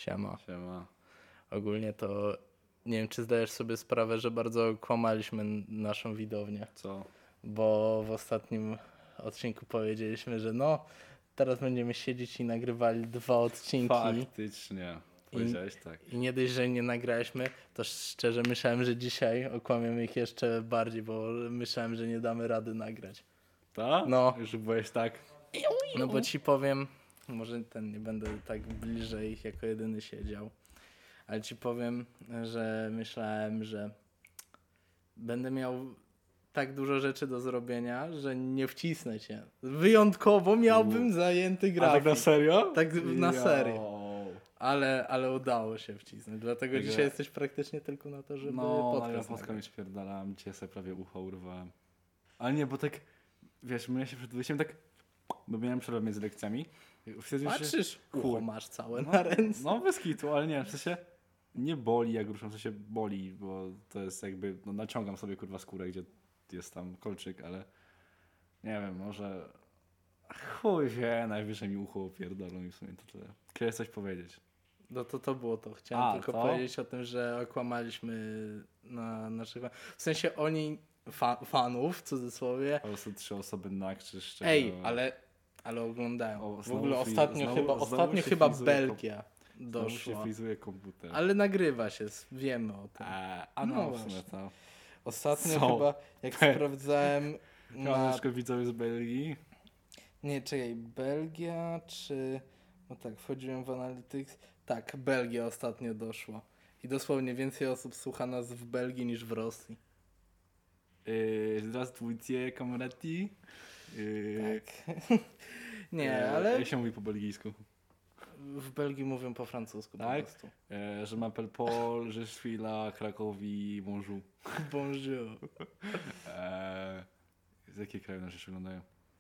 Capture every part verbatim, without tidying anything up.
Siema. Siema. Ogólnie to nie wiem, czy zdajesz sobie sprawę, że bardzo kłamaliśmy naszą widownię. Co? Bo w ostatnim odcinku powiedzieliśmy, że no, teraz będziemy siedzieć i nagrywali dwa odcinki. Faktycznie. Powiedziałeś tak. I nie dość, że nie nagraliśmy, to szczerze myślałem, że dzisiaj okłamiemy ich jeszcze bardziej, bo myślałem, że nie damy rady nagrać. Tak? No. Już byłeś tak? No bo ci powiem, może ten nie będę tak bliżej jako jedyny siedział, ale ci powiem, że myślałem, że będę miał tak dużo rzeczy do zrobienia, że nie wcisnę cię. Wyjątkowo miałbym U. zajęty A grafik. tak na serio? Tak na Jo. serio. Ale, ale udało się wcisnąć, dlatego Także- dzisiaj jesteś praktycznie tylko na to, żeby No, ja podcast podcast mi nagrać. spierdalałem, dzisiaj sobie prawie ucho urwałem. Ale nie, bo tak, wiesz, my się przed wyjściem tak, bo miałem przerwę między lekcjami. Wtedy się- Patrzysz, ucho Chuj. masz całe No, na ręce. no bez kitu, ale nie, w sensie nie boli jak ruszam, w sensie boli, bo to jest jakby, no naciągam sobie kurwa skórę, gdzie jest tam kolczyk, ale nie wiem, może chuj wie, najwyżej mi ucho pierdolą i w sumie to tyle. Chciałeś coś powiedzieć? No to to było to. Chciałem A, tylko to? powiedzieć o tym, że okłamaliśmy na naszych... W sensie oni, fa fanów w cudzysłowie, Po prostu trzy osoby na krzyż. ej, ale, ale oglądają. O, W znowu ogóle friz- ostatnio znowu- chyba, znowu ostatnio się chyba frizuje Belgia Znowu się doszła. frizuje komputer. Ale nagrywa się, wiemy o tym. A, a No no, w właśnie. sumie to. Ostatnio Co? chyba, jak Pe- sprawdzałem na... Troszeczkę widzowie z Belgii. Nie, czekaj, Belgia czy... No tak, wchodziłem w Analytics. Tak, Belgia ostatnio doszła. I dosłownie więcej osób słucha nas w Belgii niż w Rosji. Yy, Zdravstvujcie, kamerati. Yy, Tak. Nie, e, ale Jak się mówi po belgijsku? w Belgii mówią po francusku po Tak? prostu. E, że m'appelle Paul, je suis là, Krakowi, bonjour. Bonjour. E, z jakiego kraju nas jeszcze oglądają?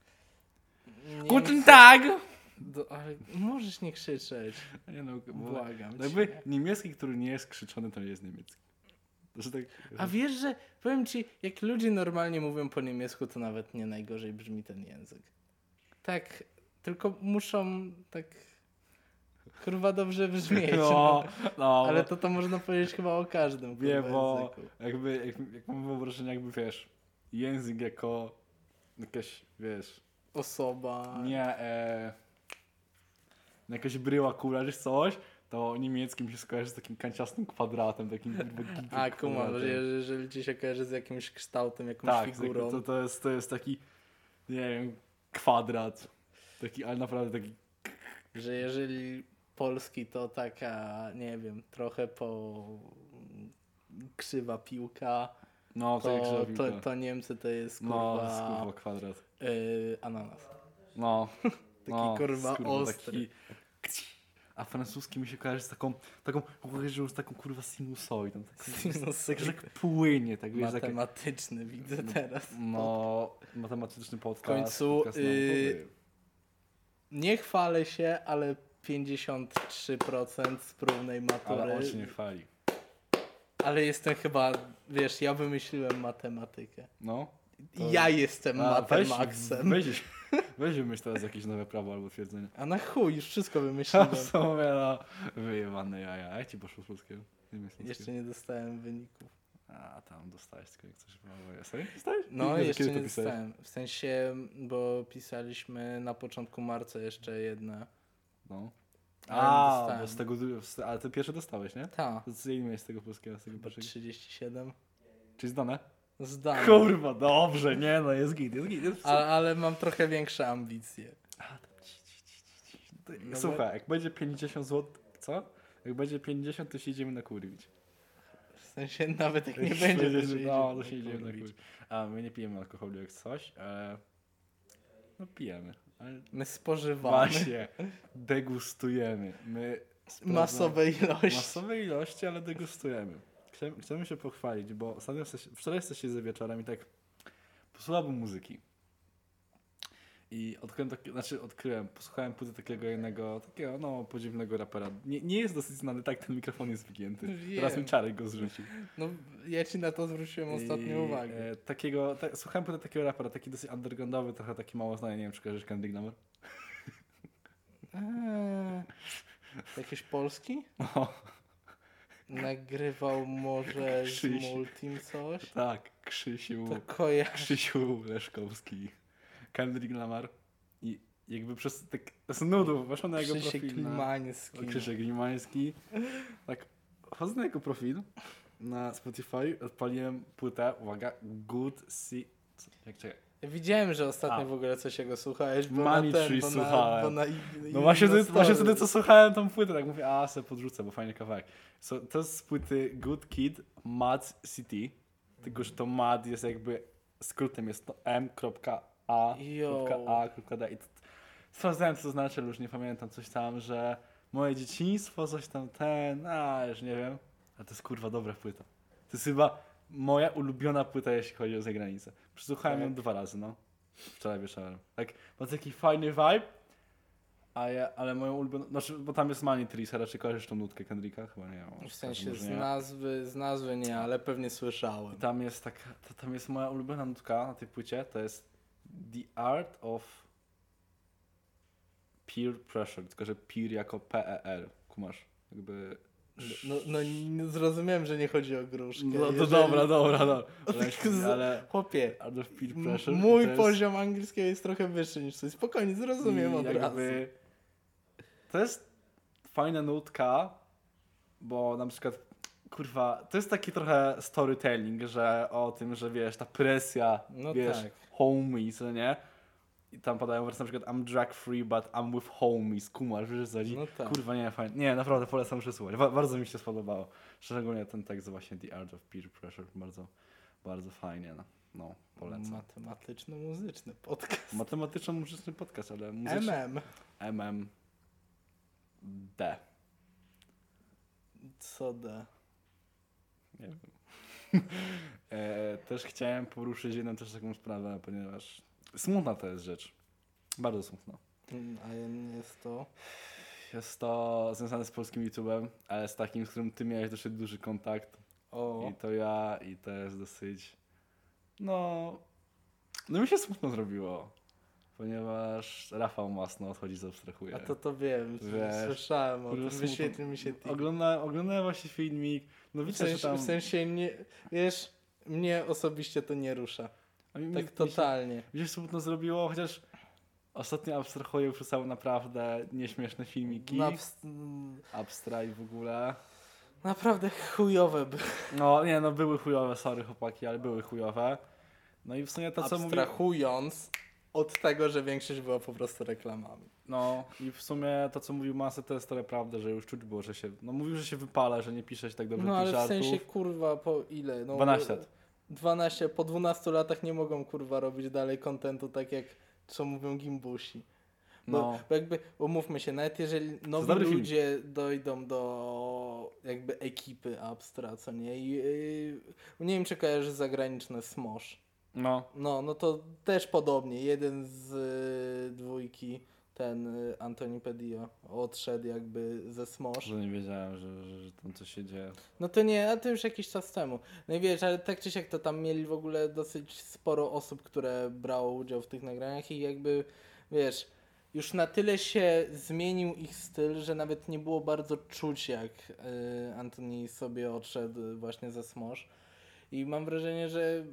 Nie Guten wiem, Tag! do, ale możesz nie krzyczeć. Nie no, bo, Błagam no jakby cię. niemiecki, który nie jest krzyczony, to nie jest niemiecki. Że tak, A wiesz, że powiem ci, jak ludzie normalnie mówią po niemiecku, to nawet nie najgorzej brzmi ten język. Tak, tylko muszą tak kurwa dobrze brzmieć. no, no, Ale to to można powiedzieć chyba o każdym kurwa, Wie, bo języku. jakby, jak, jak mam wyobrażenie, jakby wiesz, język jako jakaś, wiesz, Osoba. nie, e, jakaś bryła kula czy coś, to niemieckim się skojarzy z takim kanciastym kwadratem, takim kurwa A kumam, kwadratem. że jeżeli ci się kojarzy z jakimś kształtem, jakąś Tak, figurą. to, to, jest, to jest taki, nie wiem, kwadrat, taki, ale naprawdę taki, Że jeżeli polski to taka, nie wiem, trochę po krzywa piłka, no, to, jak to, zrobił to, to Niemcy to jest no, kurwa kurwa kwadrat, yy, ananas. no. Taki no, kurwa skurwa, ostry. Taki, a francuski mi się kojarzy z taką, taką, kojarzy z taką kurwa sinusoidą. Taką, Sinusoidą. tak, że tak płynie, tak wiesz, takie, Matematyczny widzę teraz. no, matematyczny podcast. W końcu, podcast yy, naukowy. Nie chwalę się, ale pięćdziesiąt trzy procent z próbnej matury. Ale on się nie chwali. Ale jestem chyba, wiesz, ja wymyśliłem matematykę. No. To- Ja jestem A, weź, matemaksem. weź, weź wymyśl teraz jakieś nowe prawo albo twierdzenie. A na chuj, już wszystko wymyśliłem. To są no, wyjebane jaja. Jak ci poszło z polskiego? Niemieckiego? Jeszcze nie dostałem wyników. A, tam dostałeś tylko jak coś mało. Serio? Dostałeś? No, Kiedy jeszcze to nie pisałeś? dostałem. W sensie, bo pisaliśmy na początku marca jeszcze jedne. No. Ale nie A, dostałem. bo z tego, dru- z- ale ty pierwsze dostałeś, nie? Ta, To co ile miałeś z tego polskiego, z tego chyba pierwszego? trzydzieści siedem. Czyli zdane? Zdałem. Kurwa, dobrze, nie no, jest git, jest git. Jest Ale, ale mam trochę większe ambicje. A, to ci, ci, ci, ci, ci. To- No Słuchaj, jak będzie pięćdziesiąt złotych, co? Jak będzie pięćdziesiąt, to się idziemy na kurwić. W sensie nawet jak nie Jak będzie, to będzie- się no, to idziemy się idziemy na kurwić. kurwić. A, my nie pijemy alkoholu jak coś. E, no pijemy. Ale My spożywamy właśnie, degustujemy. My sprawdzamy- masowe ilości. Masowe ilości, ale degustujemy. Chcemy, chcemy się pochwalić, bo ostatnio jesteś, wczoraj jesteście ze wieczorem i tak posłuchałem muzyki. I odkryłem, taki, znaczy odkryłem, posłuchałem płyty takiego jednego, takiego no podziwnego rapera. Nie, nie jest dosyć znany, tak ten mikrofon jest wygięty. Wiem. Teraz mi Czarek go zrzucił. No, ja ci na to zwróciłem ostatnio I, uwagę. E, takiego, ta, słuchałem płyty takiego rapera, taki dosyć undergroundowy, trochę taki mało znany, nie wiem czy kojarzysz Kendrick Lamar? Eee, Jakiś polski? No, Nagrywał może z Krzyś. Multim coś? tak, Krzysiu, To kojarzy. Krzysiu Leszkowski, Kendrick Lamar i jakby przez tak z nudów weszło na jego Krzysiek profil. Na, Limański. Krzysiek Limański. Tak, wchodzę na jego profil na Spotify, odpaliłem płytę, uwaga, Good See... co- Jak czekaj. Widziałem, że ostatnio A. w ogóle coś jego słuchałeś, bo Money na ten, Tree bo na, słuchałem. bo na, No właśnie, na wtedy, właśnie story. wtedy co słuchałem tą płytę, tak mówię, a se podrzucę, bo fajny kawałek. So, to jest z płyty Good Kid, Mad City, tylko że to Mad jest jakby skrótem, jest to M.A.A.D i to- sprawdzałem co to znaczy, ale już nie pamiętam, coś tam, że moje dzieciństwo, coś tam ten, a już nie wiem, ale to jest kurwa dobra płyta. To jest chyba moja ulubiona płyta, jeśli chodzi o zagranicę. Przesłuchałem ją Tak. dwa razy, no. Wczoraj wieczorem. Tak, ma taki fajny vibe, a ja, ale moją ulubioną, znaczy, bo tam jest Money Trees, a raczej kojarzysz tą nutkę Kendricka? Chyba nie. Może W sensie może z nie. nazwy, z nazwy nie, ale pewnie słyszałem. I tam jest taka, to, tam jest moja ulubiona nutka na tej płycie, to jest The Art of Peer Pressure, tylko że peer jako P E R, kumasz, jakby... No, no nie zrozumiałem, że nie chodzi o gruszkę. No to Jeżeli- dobra, dobra, dobra. Z- Ale, ale Chłopie, Art of Peer m- Pressure... mój to jest- poziom angielskiego jest trochę wyższy niż twój. Spokojnie, zrozumiem I od razu. jakby to jest fajna nutka, bo na przykład, kurwa, to jest taki trochę storytelling, że o tym, że wiesz, ta presja, No wiesz, tak. homies, no nie? I tam padają wersy na przykład I'm drag free, but I'm with homies, kumasz, wiesz, co chodzi? No tak. Kurwa, nie, fajnie. Nie, naprawdę polecam przesłuchać. Ba- bardzo mi się spodobało. Szczególnie ten tekst właśnie The Art of Peer Pressure, bardzo, bardzo fajnie, no, no polecam. Matematyczno-muzyczny podcast. Matematyczno-muzyczny podcast, ale muzyczny... M M. M M D. Co da? Nie wiem. e, też chciałem poruszyć jedną też taką sprawę, ponieważ smutna to jest rzecz. Bardzo smutna. Mm, A nie jest to... Jest to związane z polskim YouTube'em, ale z takim, z którym ty miałeś dosyć duży kontakt. O, I to ja, i to jest dosyć... No... No mi się smutno zrobiło. Ponieważ Rafał Masno odchodzi z Abstrahuje. a to to wiem, Wiesz, słyszałem o kurwa, tym, smutno. wyświetlił mi się tik. Oglądałem, oglądałem właśnie filmik. No W wiecie, że sensie, tam... w sensie nie, wiesz, mnie osobiście to nie rusza. a mi- mi- Tak mi się- totalnie. Mi się smutno zrobiło, chociaż ostatnio Abstrahuję wrzucał naprawdę nieśmieszne filmiki. Na, ps- mm, Abstra i w ogóle. naprawdę chujowe by. No nie, no były chujowe, sorry chłopaki, ale były chujowe. No i w sumie to co mówię... Abstrahując od tego, że większość była po prostu reklamami. No i w sumie to co mówił Masę to jest trochę prawda, że już czuć było, że się... No mówił, że się wypala, że nie pisze się tak dobrze No tych ale w żartów. sensie kurwa po ile? No, dwanaście lat. dwanaście, po dwunastu latach nie mogą kurwa robić dalej kontentu tak jak co mówią gimbusi. Bo, No. bo jakby, umówmy się, nawet jeżeli nowi dobry film. ludzie dojdą do jakby ekipy Abstra, co nie? I, yy, nie wiem, czy kojarzysz zagraniczne Smosh. No. No, no to też podobnie. Jeden z y, dwójki, ten y, Antoni Pedio, odszedł jakby ze Smosh. Że nie wiedziałem, że, że, że tam coś się dzieje. No to nie, a to już jakiś czas temu. No i wiesz, ale tak czy siak to tam mieli w ogóle dosyć sporo osób, które brało udział w tych nagraniach i jakby, wiesz, już na tyle się zmienił ich styl, że nawet nie było bardzo czuć, jak y, Antoni sobie odszedł właśnie ze Smosh. I mam wrażenie, że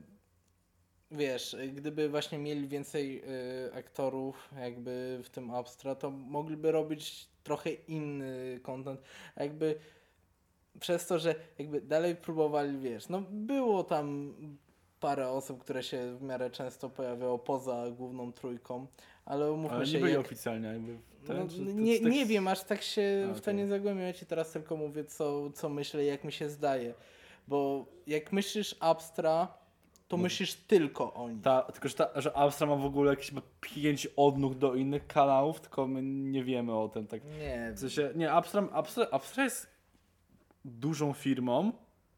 wiesz, gdyby właśnie mieli więcej y, aktorów jakby w tym Abstra, to mogliby robić trochę inny content. A jakby przez to, że jakby dalej próbowali, wiesz, no było tam parę osób, które się w miarę często pojawiało poza główną trójką, ale umówmy Ale się, nie byli jak... oficjalnie jakby... No, Ten, czy to- nie, czy tak- nie wiem, aż tak się A, w to okej. nie zagłębiam, ja ci teraz tylko mówię, co, co myślę, jak mi się zdaje. Bo jak myślisz Abstra, to No. myślisz tylko o nich. Ta, tylko, że, ta, że Abstra ma w ogóle jakieś chyba pięć odnóg do innych kanałów, tylko my nie wiemy o tym. Tak. Nie, W sensie, nie, Abstra, Abstra, Abstra jest dużą firmą,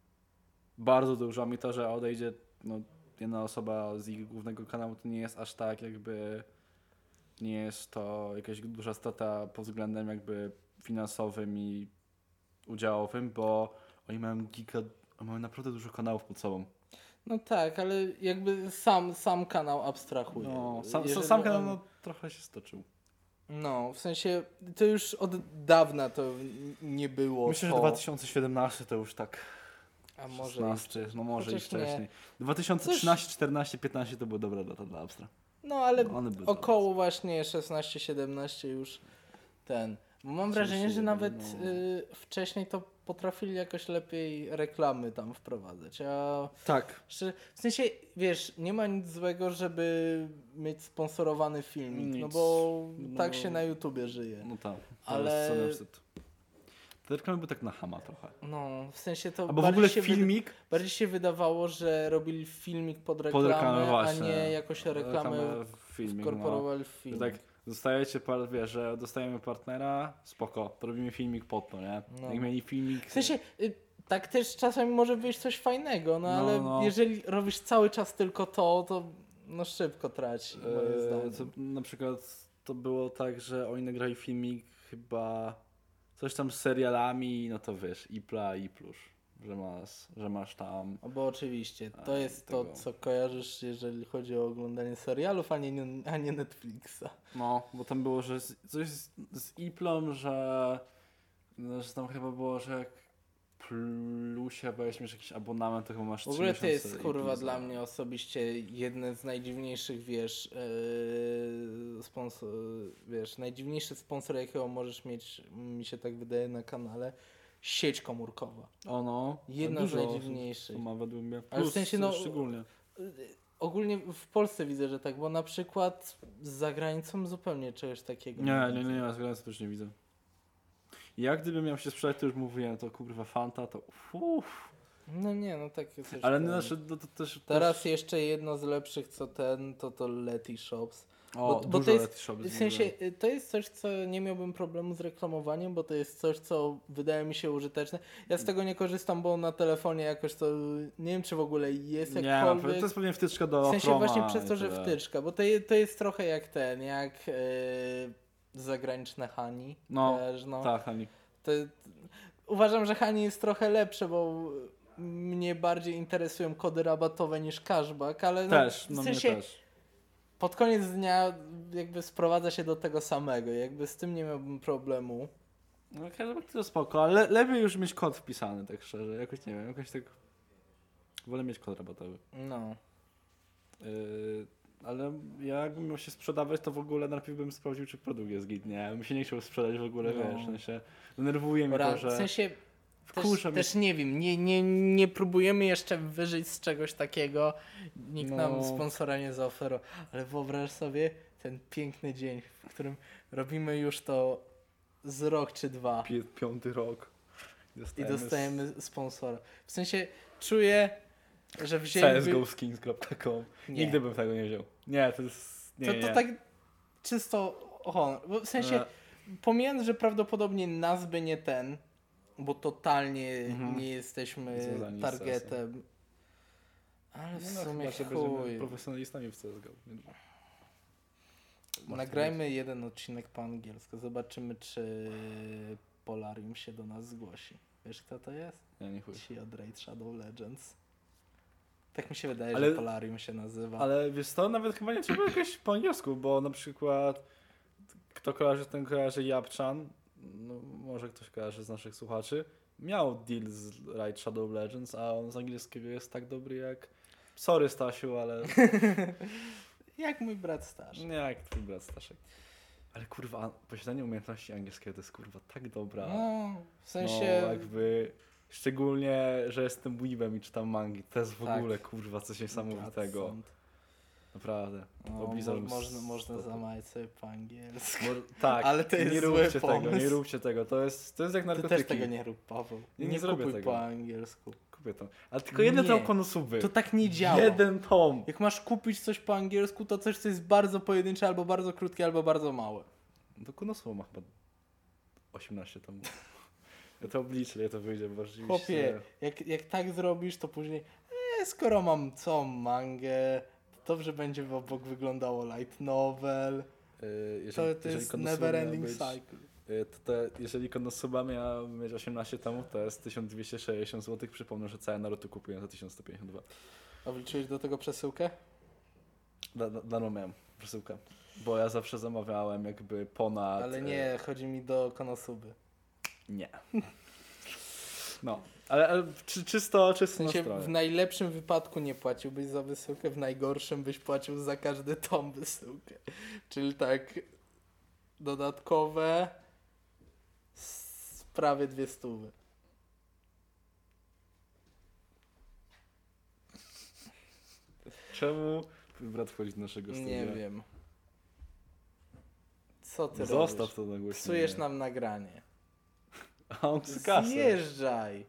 bardzo dużą i to, że odejdzie no, jedna osoba z ich głównego kanału, to nie jest aż tak jakby, nie jest to jakaś duża strata pod względem jakby finansowym i udziałowym, bo oni mają giga, oni mają naprawdę dużo kanałów pod sobą. no tak, ale jakby sam, sam kanał abstrahuje. No, sam, Jeżeli sam kanał on- no, trochę się stoczył. No, w sensie to już od dawna to nie było. Myślę, to... że dwa tysiące siedemnasty to już tak. A może szesnaście, no może Chociaż i wcześniej. nie. dwa tysiące trzynaście, czternaście, piętnaście to były dobre lata dla Abstra. No ale One były około właśnie szesnaście siedemnaście już ten. Bo mam wrażenie, że nawet no. y, wcześniej to potrafili jakoś lepiej reklamy tam wprowadzać. A Tak. szczerze, w sensie, wiesz, nie ma nic złego, żeby mieć sponsorowany filmik, no Nic. bo No. tak się na YouTubie żyje. No tak. Ale- Ale... Te reklamy były tak na chama trochę. No, w sensie to Albo w bardziej ogóle się filmik. Wyda- bardziej się wydawało, że robili filmik pod reklamę, Pod reklamę a właśnie. nie jakoś reklamę w filmik. wkorporowali w No. film. Tak, dostajecie, par- wiesz, że dostajemy partnera, spoko, to robimy filmik pod to, nie? No. Jak mieli filmik... W sensie, y, tak też czasami może wyjść coś fajnego, no, No, ale no. jeżeli robisz cały czas tylko to, to no szybko traci, moje e, zdanie. to na przykład to było tak, że oni nagrali filmik chyba coś tam z serialami, no to wiesz, Ipla, Iplusz, że masz, że masz tam... No bo oczywiście, to A, jest tego. to, co kojarzysz, jeżeli chodzi o oglądanie serialów, a nie, a nie Netflixa. No, bo tam było, że z, coś z, z Iplą, że, no, że tam chyba było, że jak plusie weźmiesz jakiś abonament, to chyba masz W ogóle trzy to miesiące jest i kurwa plus dla za- mnie osobiście jedne z najdziwniejszych, wiesz, yy, sponsor, wiesz, najdziwniejszy sponsor, jakiego możesz mieć, mi się tak wydaje, na kanale, sieć komórkowa. O no, Jedna z dużo osób najdziwniejszych. to ma według mnie. Ale w Plus, sensie, no, szczególnie. Ogólnie w Polsce widzę, że tak, bo na przykład za granicą zupełnie czegoś takiego Nie, widzę. nie, nie, ja z granicy też nie widzę. Ja gdybym miał się sprzedać, to już mówiłem, to kurwa Fanta, to uff. No nie, no takie coś. Ale ten. nie, znaczy, to, to też... Teraz też... jeszcze jedno z lepszych co ten, to to Leti Shops. O, bo- bo dużo to jest- Leti Shop W jest sensie w ogóle. y, to jest coś, co nie miałbym problemu z reklamowaniem, bo to jest coś, co wydaje mi się użyteczne. Ja z tego nie korzystam, bo na telefonie jakoś to nie wiem, czy w ogóle jest Nie, no, jakkolwiek. to jest pewnie wtyczka do W sensie Chroma właśnie przez to, i że tyle. wtyczka, bo to, je, to jest trochę jak ten, jak yy, zagraniczne Hani. No, też, no. Tak, Hani. To, uważam, że Hani jest trochę lepsze, bo mnie bardziej interesują kody rabatowe niż cashback, ale no, Też, w no sensie mnie też. pod koniec dnia jakby sprowadza się do tego samego, jakby z tym nie miałbym problemu. No cashback to spoko, ale le- lepiej już mieć kod wpisany, tak szczerze. Jakoś nie wiem, jakoś tak... Wolę mieć kod rabatowy. No. Yy, ale ja jakbym miał się sprzedawać, to w ogóle najpierw bym sprawdził, czy produkt jest git, nie? Ja bym się nie chciał sprzedać w ogóle, No. wiesz, w sensie denerwuje mnie Ora, to, że w sensie też, wkurza mnie. też nie wiem, nie, nie, nie próbujemy jeszcze wyżyć z czegoś takiego, nikt No. nam sponsora nie zaoferował, ale wyobraź sobie ten piękny dzień, w którym robimy już to z rok czy dwa Pi- piąty rok. i dostajemy sponsora. W sensie czuję, że C S wzięliby... G O skins kropka com. Nie. Nigdy bym tego nie wziął. Nie, to jest... Nie, To, nie. to tak czysto honor. Bo w sensie, E, pomijając, że prawdopodobnie nazwy nie ten, bo totalnie Mhm. nie jesteśmy Związani z targetem. Ale w No, no, sumie chyba, że będziemy chuj. profesjonalistami w C S G O. więc- Nagrajmy jeden odcinek po angielsku. Zobaczymy, czy Polarium się do nas zgłosi. Wiesz, kto to jest? Nie, nie chuj. Ci od Raid Shadow Legends. Tak mi się wydaje, Ale- że Polarium się nazywa. Ale wiesz co, nawet chyba nie trzeba jakoś po angielsku, bo na przykład kto kojarzy, ten kojarzy Japchan, no, może ktoś kojarzy z naszych słuchaczy, miał deal z Raid Shadow Legends, a on z angielskiego jest tak dobry jak... Sorry Stasiu, ale... Jak mój brat starszy. nie jak twój brat Staszek. Ale kurwa, posiadanie umiejętności angielskiego to jest kurwa tak dobra. No, w No, sensie... jakby... Szczególnie, że jestem weebem i czytam mangi. To jest w Tak. ogóle kurwa coś niesamowitego. Godsend. Naprawdę. No, Oblizał mo- bym można, s- można to- zamajać sobie po angielsku. Może, tak, Ale to jest nie zły róbcie tego, nie pomysł. róbcie tego. To jest, to jest jak Ty narkotyki. też tego nie rób, Paweł. Nie, Nie, nie zrobię kupuj tego. po angielsku. Kupię to. Ale tylko jeden Nie. tom Konosuby. To tak nie działa. Jeden tom. Jak masz kupić coś po angielsku, to coś, co jest bardzo pojedyncze, albo bardzo krótkie, albo bardzo małe. To Konosuba ma chyba osiemnaście tomów. Ja to obliczę, ile to wyjdzie, bo rzeczywiście... Chłopie, jak, jak tak zrobisz, to później, e, skoro mam całą mangę, to dobrze będzie obok wyglądało light novel. Yy, jeżeli, To, to jeżeli jest Konosuba never miała ending być, cycle. yy, to te, jeżeli Konosuba miała mieć osiemnaście tomów, to jest tysiąc dwieście sześćdziesiąt złotych. Przypomnę, że całe Naruto kupiłem za tysiąc sto pięćdziesiąt dwa. A wliczyłeś do tego przesyłkę? Da- da- Darmo miałem przesyłkę. Bo ja zawsze zamawiałem jakby ponad... Ale nie, chodzi mi do Konosuby. Nie. No, ale, ale czy, czysto, W czysto na sensie stronę. w najlepszym wypadku nie płaciłbyś za wysyłkę, w najgorszym byś płacił za każdy tom wysyłkę. Czyli tak dodatkowe z prawie dwie stówy. Czemu twój brat wchodzi do naszego studia? Nie wiem. Co ty Zostaw robisz? to na głośno. Psujesz nam nagranie. A on chce kasę. Zjeżdżaj.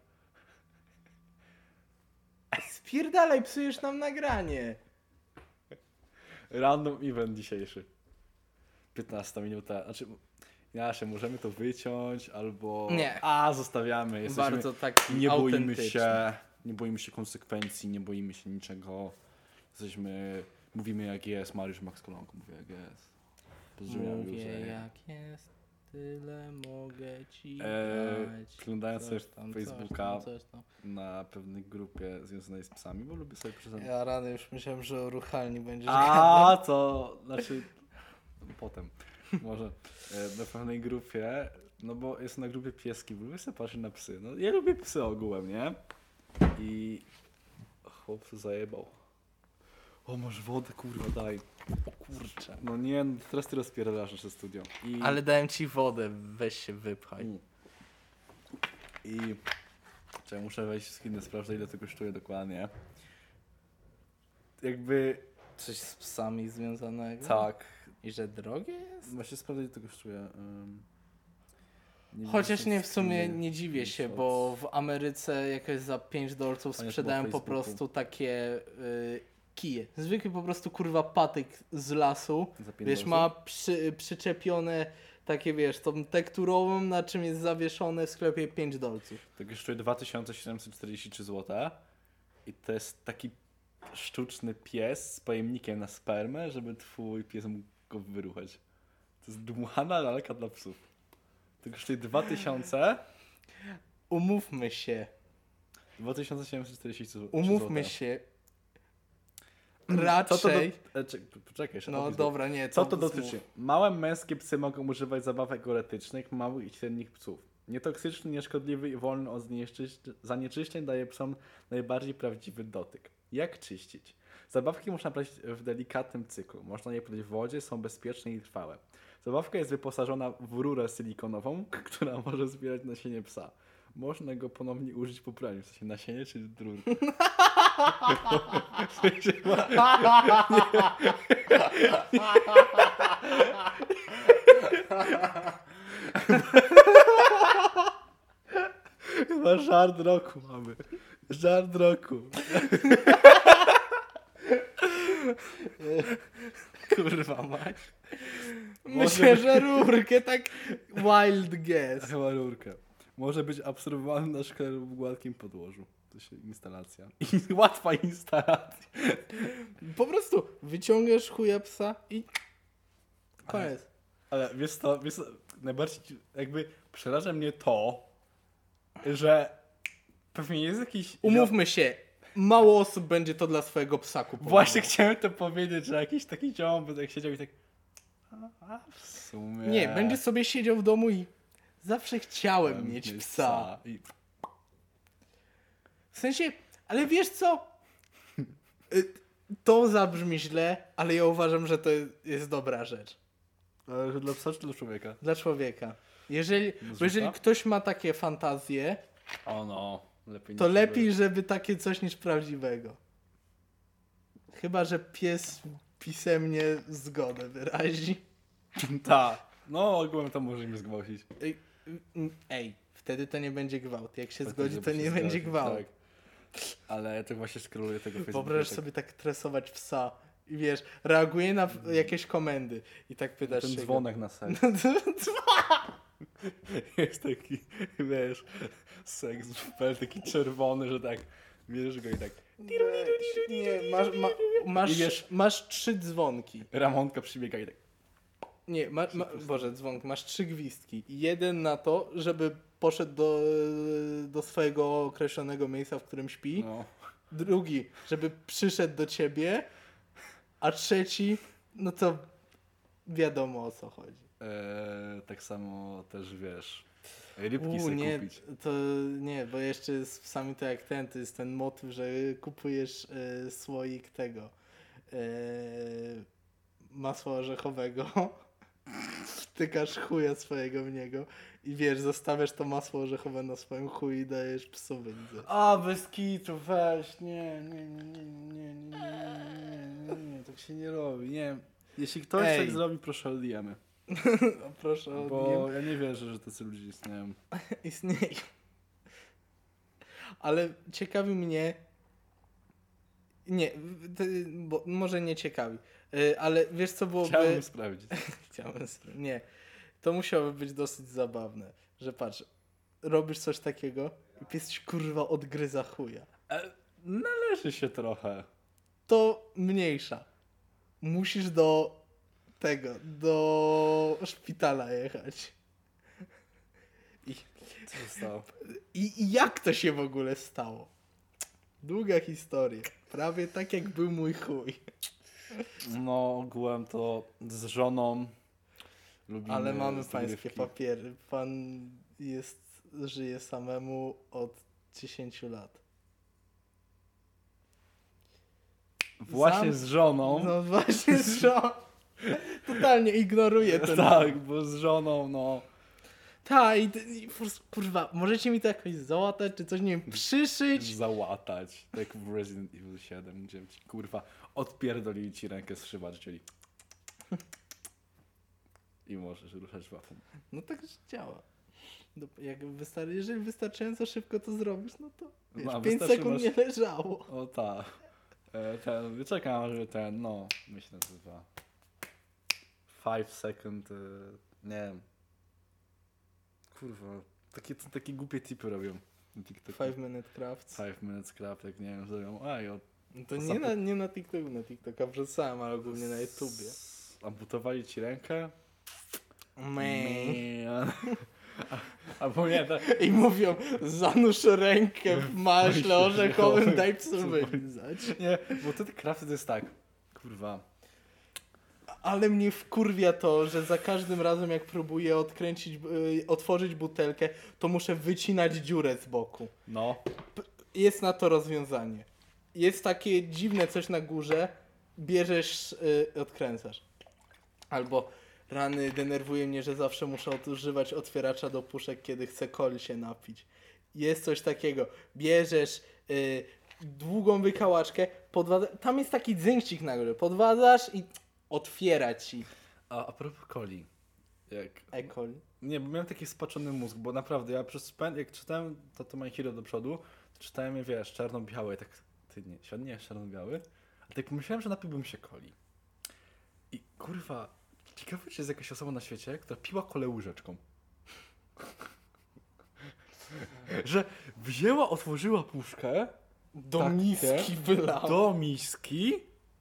Spierdalaj, psujesz nam nagranie. Random event dzisiejszy. piętnasta minuta. Znaczy, inaczej, możemy to wyciąć albo... Nie. A, zostawiamy. Jesteśmy... Bardzo taki Nie boimy autentyczny. się, nie boimy się konsekwencji, nie boimy się niczego. Jesteśmy, mówimy jak jest, Mariusz Max Kolonko mówi jak jest. Pozdrawiam Mówię Józef. jak jest, tyle mogę ci Eee, dać. Przeglądając Coś sobie tam, Facebooka Coś tam, coś tam. na pewnej grupie związanej z psami, bo lubię sobie przeczytać. Ja rany już myślałem, że o ruchalni będziesz A, gadał. to znaczy potem może e, na pewnej grupie, no bo jest na grupie pieski, bo lubię sobie patrzeć na psy. No ja lubię psy ogółem, nie? I chłop się zajebał. O, masz wodę, kurwa, daj. O kurczę. No nie, no teraz ty rozpierdalasz nasze studio. I, Ale dałem ci wodę, weź się wypchaj. I, i czekaj, muszę wejść w skiny, sprawdzę ile to kosztuje dokładnie. Jakby Coś z psami związanego? tak. I że drogie jest? Właśnie sprawdzę ile to kosztuje. Um, nie Chociaż widzę nie, w sumie skiny. nie dziwię się, Shorts. bo w Ameryce jakoś za pięć dolców A nie, to sprzedają było po w Facebooku. prostu takie y, kije. Zwykły po prostu kurwa patyk z lasu. Za pięć Wiesz, dolców? ma przy, przyczepione takie, wiesz, tą tekturową, na czym jest zawieszone w sklepie pięć dolców. To kosztuje dwa tysiące siedemset czterdzieści trzy złote i to jest taki sztuczny pies z pojemnikiem na spermę, żeby twój pies mógł go wyruchać. To jest dmuchana lalka dla psów. To kosztuje dwa tysiące Umówmy się, dwa tysiące siedemset czterdzieści trzy złote. umówmy się. Co to do... Raczej. e, czek- Poczekaj, jeszcze No opis dobra, nie. Co to znów. dotyczy? Małe męskie psy mogą używać zabawek erotycznych małych i średnich psów. Nietoksyczny, nieszkodliwy i wolny od zanieczyszczeń- zanieczyszczeń daje psom najbardziej prawdziwy dotyk. Jak czyścić? Zabawki można brać w delikatnym cyklu. Można je podać w wodzie, są bezpieczne i trwałe. Zabawka jest wyposażona w rurę silikonową, która może zbierać nasienie psa. Można go ponownie użyć po praniu. W sensie nasienie czy rurkę? W sensie ma- Chyba żart roku mamy. Żart roku. Kurwa mać. Myślę, że rurkę, tak wild guess. Chyba rurkę. Może być absorbowany na szkle lub gładkim podłożu. To się instalacja. I łatwa instalacja. Po prostu wyciągasz chuja psa i koniec. Ale wiesz co, wiesz co, najbardziej jakby przeraża mnie to, że pewnie jest jakiś... Umówmy się, mało osób będzie to dla swojego psa kupowało. Właśnie chciałem to powiedzieć, że jakiś taki ziom by tak siedział i tak... A, a w sumie... Nie, będzie sobie siedział w domu i zawsze chciałem Chciałem mieć psa. I... W sensie, ale wiesz co? Y, To zabrzmi źle, ale ja uważam, że to jest dobra rzecz. Ale że dla psa czy dla człowieka? Dla człowieka. Jeżeli, Dla bo jeżeli zwierza? ktoś ma takie fantazje, O no, lepiej to niż lepiej, żeby takie coś niż prawdziwego. Chyba, że pies pisemnie zgodę wyrazi. Tak. No, ogółem to może mnie zgwałcić. Ej, mm, Ej, wtedy to nie będzie gwałt. Jak się Tak, zgodzi, żeby to się nie będzie zgodzić, gwałt. tak. Ale ja tak właśnie skroluję tego Facebooka. Wyobraź tak, sobie tak tresować psa i wiesz, reaguje na w- jakieś komendy i tak pytasz ten się go. dzwonek na seks. Jest taki, wiesz, seks w pel taki czerwony, że tak, bierzesz go i tak. Nie, masz, ma, masz, I wiesz- masz trzy dzwonki. Ramonka przybiega i tak. Nie, ma, ma, Boże, dzwonki, masz trzy gwizdki. Jeden na to, żeby poszedł do, do swojego określonego miejsca, w którym śpi. No. Drugi, żeby przyszedł do ciebie. A trzeci, no to wiadomo o co chodzi. Eee, tak samo też wiesz, rybki U, sobie nie, kupić. to nie, bo jeszcze z psami to jak ten, to jest ten motyw, że kupujesz e, słoik tego e, masła orzechowego, wtykasz chuja swojego w niego i wiesz, zostawiasz to masło orzechowe na swoim chuju i dajesz psowi. A, bez kitu, weź, nie, nie, nie, nie, nie, nie, nie, nie, nie, tak się nie robi, nie. Jeśli ktoś Ej. tak zrobi, proszę odjemy. No, proszę o Bo ja nie wierzę, że tacy ludzie istnieją. istnieją. Ale ciekawi mnie. Nie, to, bo może nie ciekawi. Y, Ale wiesz co byłoby. Chciałbym sprawdzić. Chciałem spra- Nie. To musiałoby być dosyć zabawne. Że patrz, robisz coś takiego i pies ci kurwa odgryza chuja. E, należy się trochę. To mniejsza. Musisz do tego, do szpitala jechać. I Co się stało? I, I jak to się w ogóle stało? Długa historia. Prawie tak jak był mój chuj. No, ogółem to z żoną lubimy Ale mamy zagrywki. pańskie papiery. Pan jest, żyje samemu od dziesięciu lat. Właśnie Zam- z żoną. No właśnie, żo... Totalnie ignoruję ten. Tak, bo z żoną, no. Ta, i, i po prostu, kurwa, możecie mi to jakoś załatać, czy coś, nie wiem, przyszyć? Załatać. Tak jak w Resident Evil siedem, gdzie ci kurwa odpierdolili ci rękę z szyba, czyli i możesz ruszać łapą. No tak działa. No, jak wystar- jeżeli wystarczająco szybko to zrobisz, no to wiesz, No, pięć wystarczy sekund masz- nie leżało. O tak. E, ten, wyczekam, żeby ten, no, my się nazywa. Five second, e, nie wiem. Kurwa, takie, takie głupie tipy robią na TikToku. Five minute crafts. Five minutes craft, jak nie wiem, zrobią, a i od No to nie na, nie na TikToku, na TikToka wrzucałem, ale głównie na YouTubie. amputowali ci rękę. Man. Man. Albo nie, to, I mówią, zanurz rękę w maśle orzechowym, daj psu Słuchaj. wylizać. nie, bo te crafty to jest tak, kurwa. Ale mnie wkurwia to, że za każdym razem jak próbuję odkręcić, y, otworzyć butelkę, to muszę wycinać dziurę z boku. No, Jest na to rozwiązanie. Jest takie dziwne coś na górze, bierzesz, y, odkręcasz. Albo rany, denerwuje mnie, że zawsze muszę używać otwieracza do puszek, kiedy chcę coli się napić. Jest coś takiego. Bierzesz y, długą wykałaczkę, podwadza... tam jest taki dzynścik na górze, podwadzasz i otwiera ci a, a propos coli. Jak, e-coli. nie, bo miałem taki spaczony mózg, bo naprawdę ja przez spę- jak czytałem to, to My Hero do przodu, to czytałem je, wiesz, czarno-białe, tak, ty nie, świat nie jest czarno-biały, a tak pomyślałem, że napiłbym się coli. I kurwa, ciekawe, czy jest jakaś osoba na świecie, która piła kolę łyżeczką. Że wzięła, otworzyła puszkę Do Tak, miski wylała. do miski.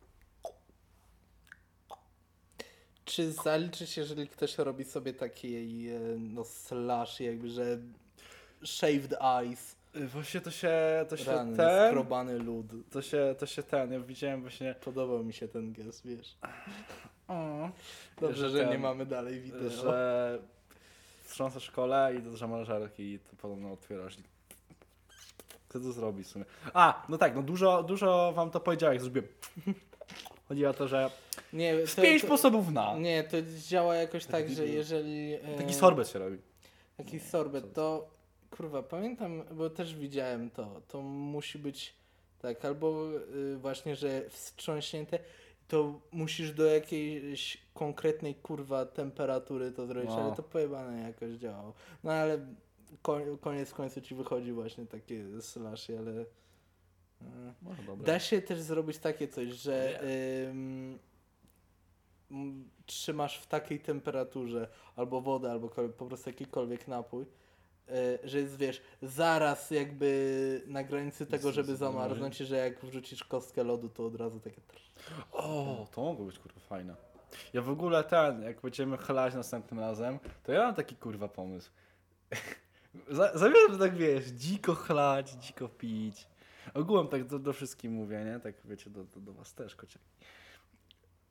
Czy zaliczy się, jeżeli ktoś robi sobie taki e, no slash jakby, że shaved eyes, Y, Właśnie to się, to się rany, ten, skrobany lód. to się, to się ten, ja widziałem właśnie, Podobał mi się ten gest, wiesz. o, Dobrze, że że, ten- nie mamy dalej wideo. że wstrząsasz szkole i do zamrażarki i to podobno otwierasz i co to zrobić w sumie. A, no tak, no dużo, dużo wam to powiedziałem, jak zrobiłem. Chodzi o to, że Nie, z to, pięć to, sposobów na. nie, to działa jakoś tak, że jeżeli... e, Taki sorbet się robi. Taki sorbet, to kurwa, pamiętam, bo też widziałem to, to musi być tak, albo y, właśnie, że wstrząśnięte, to musisz do jakiejś konkretnej kurwa temperatury to zrobić, No. ale to pojebane jakoś działało. No ale ko- koniec w końcu ci wychodzi właśnie takie slashy, ale y, Może dobre. da się też zrobić takie coś, że ym, m, trzymasz w takiej temperaturze albo wodę, albo kol- po prostu jakikolwiek napój, y, że jest, wiesz, zaraz jakby na granicy tego, żeby zamarznąć, i że jak wrzucisz kostkę lodu, to od razu takie... O, to mogło być kurwa fajne. Ja w ogóle ten, jak będziemy chlać następnym razem, to ja mam taki kurwa pomysł. Za- Zamierzam, że tak wiesz, dziko chlać, dziko pić. Ogółem tak do, do wszystkich mówię, nie? Tak wiecie, do, do, do was też, kociaki.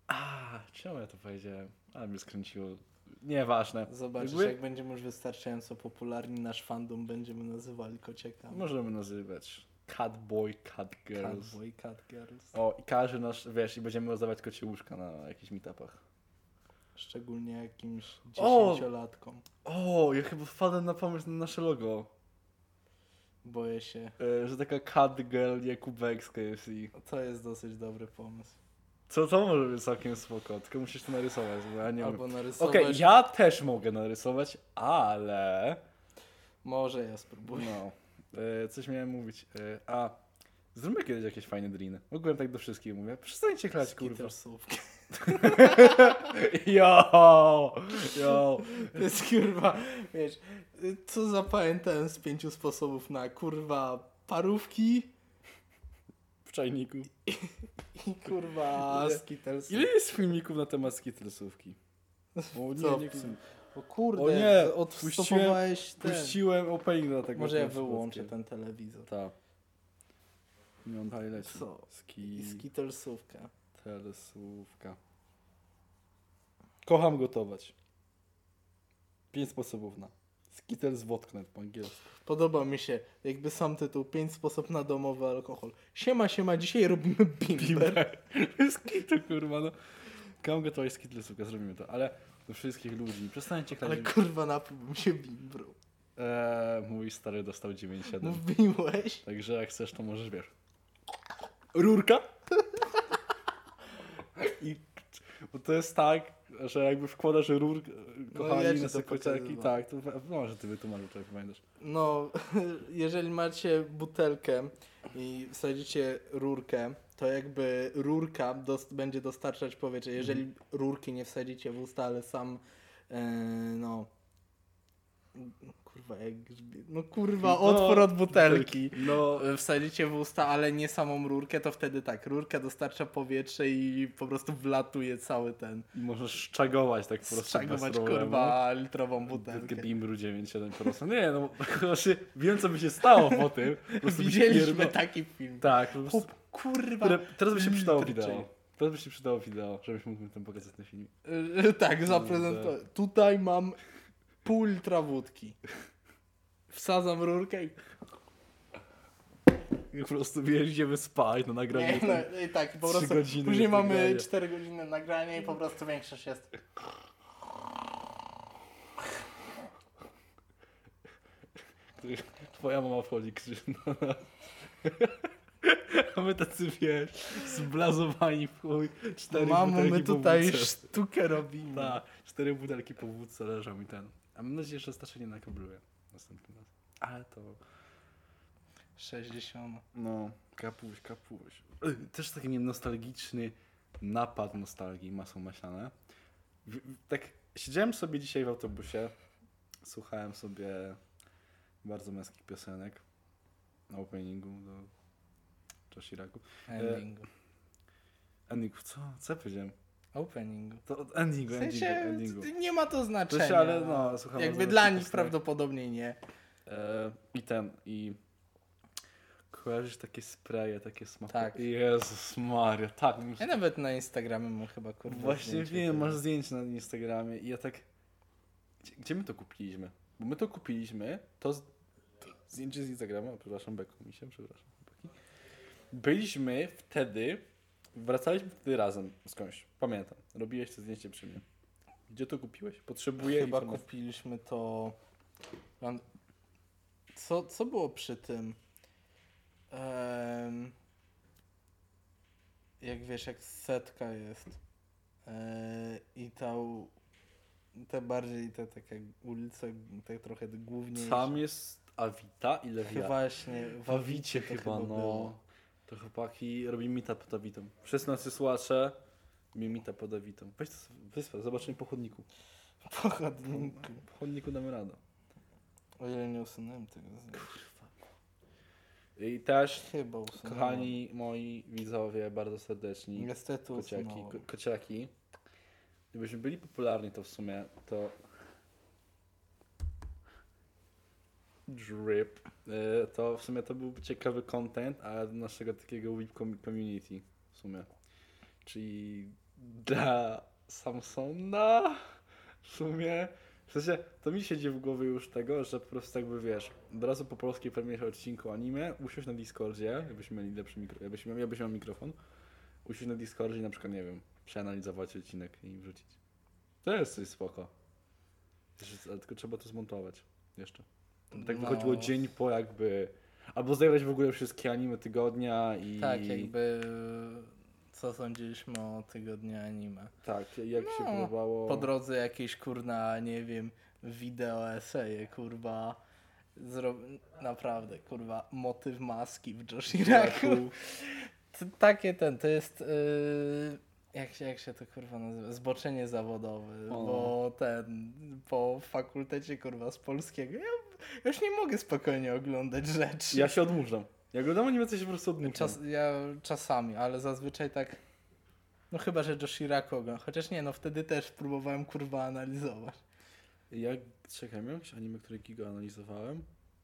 A, czemu ja to powiedziałem? Ale mnie skręciło. Nieważne. Zobaczysz, Jakby- jak będziemy już wystarczająco popularni, nasz fandom będziemy nazywali kociekami. Możemy nazywać Catboy, Catgirls. Catboy, Catgirls. O, i każdy nasz, wiesz, i będziemy rozdawać kocie łóżka na jakichś meetupach. Szczególnie jakimś O! dziesięciolatkom. O, ja chyba wpadłem na pomysł na nasze logo. Boję się. E, że taka Catgirl, nie kubek z K F C. To jest dosyć dobry pomysł. Co to może być całkiem spoko, tylko musisz to narysować, bo ja nie Albo wiem. narysować. Okej, ja też mogę narysować, ale... Może ja spróbuję. No, e, coś miałem mówić. E, a, zróbmy kiedyś jakieś fajne driny. Ogółem tak do wszystkich mówię. Przestańcie chlać, kurwa. Skittersówki. Jo! Jo! To jest kurwa, wiesz, co zapamiętałem z pięciu sposobów na kurwa parówki W czajniku. i kurwa Ile- skittersówki. Ile jest filmików na temat skittlesówki? O nie, Co? nie chcę. O kurde, O nie, odstopowałeś ten. Puściłem opening na tego. Może ja tego wyłączę wszystkiego. ten telewizor. Tak. Nie, on dalej leci. Co? Ski... Skittersówka. Telesówka. Kocham gotować. Pięć sposobów na. Skittles Wotknet po angielsku. Podoba mi się, jakby sam tytuł, pięć sposobów na domowy alkohol. Siema, siema, dzisiaj robimy bimber. Skitu, kurwa, no. Kocham gotować Skittlesówka, zrobimy to. Ale do wszystkich ludzi, przestańcie chlać. Ale kurwa napiłbym się bimbru. Eee, mój stary dostał dziewięć siedem. Mówiłeś? Także jak chcesz, to możesz, wiesz. Rurka? I, bo to jest tak, że jakby wkładasz rurkę, kochani, ja ci na to sekociaki, pokazywałem. tak, to no, że ty wytłumaczył, to pamiętasz. No, jeżeli macie butelkę i wsadzicie rurkę, to jakby rurka dos- będzie dostarczać powietrze. Jeżeli Mhm. rurki nie wsadzicie w usta, ale sam, e, no, kurwa, jak grzbie- no kurwa, No, otwór od butelki. No, E, Wsadzicie w usta, ale nie samą rurkę, to wtedy tak, rurka dostarcza powietrze i po prostu wlatuje cały ten, możesz szczagować tak po prostu strzagować bez problemu. kurwa litrową butelkę. Butelkę Bimbru dziewięć siedem procent. Nie, no, znaczy, wiem co by się stało po tym. Po prostu byś Widzieliśmy pierdol- taki film. Tak, po prostu, Chłop, kurwa. które, teraz by się przydało litr wideo. czyj. Teraz by się przydało wideo, żebyś mógł mi tam pokazać ten film. Yy, tak, zaprezentuję. Tutaj mam pół litra wódki. Wsadzam rurkę i... I po prostu wiesz, idziemy spać na nagranie. Nie, no, i tak, po trzy prostu godziny później jest mamy nagranie. cztery godziny nagrania i po prostu większość jest... Twoja mama wchodzi, krzyczy na nas. A my tacy, wiesz, zblazowani w chuj. Cztery Mamo, butelki my po tutaj wódce. sztukę robimy. Tak, cztery butelki po wódce leżą i ten. A mam nadzieję, że Stasze nie nakabluje następny raz. Ale to... sześćdziesiąt. No, kapuś, kapuś. Ej, Też taki miałem nostalgiczny napad nostalgii masą maślane. W, w, tak siedziałem sobie dzisiaj w autobusie, słuchałem sobie bardzo męskich piosenek na openingu do Joshiraku. Endingu. Endingu, co? Co ja powiedziałem? Openingu. To od endingu, W endingu, sensie, endingu. nie ma to znaczenia. To się, ale no, słucham Jakby bardzo dla męskich nich piosenek. prawdopodobnie nie. E, I ten, i kojarzysz takie spraye, takie smaki. Tak. Jezus Maria, tak. Ja nawet na Instagramie mam chyba kurwa Właśnie zdjęcie wiem, tego. masz zdjęcie na Instagramie i ja tak... Gdzie, gdzie my to kupiliśmy? Bo my to kupiliśmy, to, z... to zdjęcie z Instagrama, przepraszam, Beko mi się, przepraszam. chłopaki. Byliśmy wtedy, wracaliśmy wtedy razem skądś, pamiętam. Robiłeś to zdjęcie przy mnie. Gdzie to kupiłeś? Potrzebuję Chyba informacji. kupiliśmy to... Co, co było przy tym? Em, Jak wiesz, jak setka jest e, i ta, u- te bardziej te takie ulice, te trochę główniejsze. Tam jest Avita i Chyba Lewia. właśnie, w W Awicie to chyba, no. było. To chłopaki robi meetup pod Awitą. Wszyscy nasi słuchacze robi meetup pod Awitą. Weź to wyspa, zobaczymy po chodniku. Po chodniku. Po chodniku damy radę. O ile nie usunąłem tego zdjęcia. I też, Chyba usunąłem. kochani moi widzowie, bardzo serdeczni, Niestety kociaki, usunąłem. ko kociaki, gdybyśmy byli popularni, to w sumie to drip, y, to w sumie to byłby ciekawy content, a do naszego takiego whip com- community w sumie. Czyli dla Samsona w sumie, w sensie to mi siedzi w głowie już tego, że po prostu jakby wiesz, od razu po polskiej premierze odcinku anime usiąść na Discordzie, jakbyśmy mieli lepszy mikro, jakbyśmy, jakbyśmy miał mikrofon, usiąść na Discordzie i na przykład, nie wiem, przeanalizować odcinek i wrzucić. To jest coś spoko. Ale tylko trzeba to zmontować jeszcze. Tak No. wychodziło dzień po jakby, albo zagrać w ogóle wszystkie anime tygodnia i... Tak, jakby co sądziliśmy o tygodniu anime. Tak, jak No, się podobało. Po drodze jakieś kurna, nie wiem, wideo eseje, kurwa. Zro... Naprawdę, kurwa, motyw maski w Joshiraku. To, takie ten, to jest yy, jak, się, jak się to kurwa nazywa? Zboczenie zawodowe, O. bo ten, po fakultecie kurwa z polskiego, ja, ja już nie mogę spokojnie oglądać rzeczy. Ja się odmurzam. Jak oglądam anime, to się po prostu odmurzam. Czas, ja czasami, ale zazwyczaj tak, no chyba, że Joshiraku oglądam, chociaż nie, no wtedy też próbowałem kurwa analizować. Jak, czekaj, miałem jakieś anime, które giga analizowałem?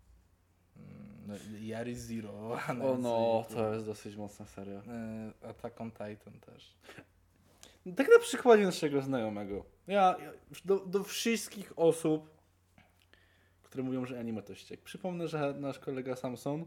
No, Yari Zero. O no, to jest dosyć mocna seria. Yy, Attack on Titan też. Tak na przykładzie naszego znajomego. Ja, ja do, do wszystkich osób, które mówią, że anime to ściek. Przypomnę, że nasz kolega Samson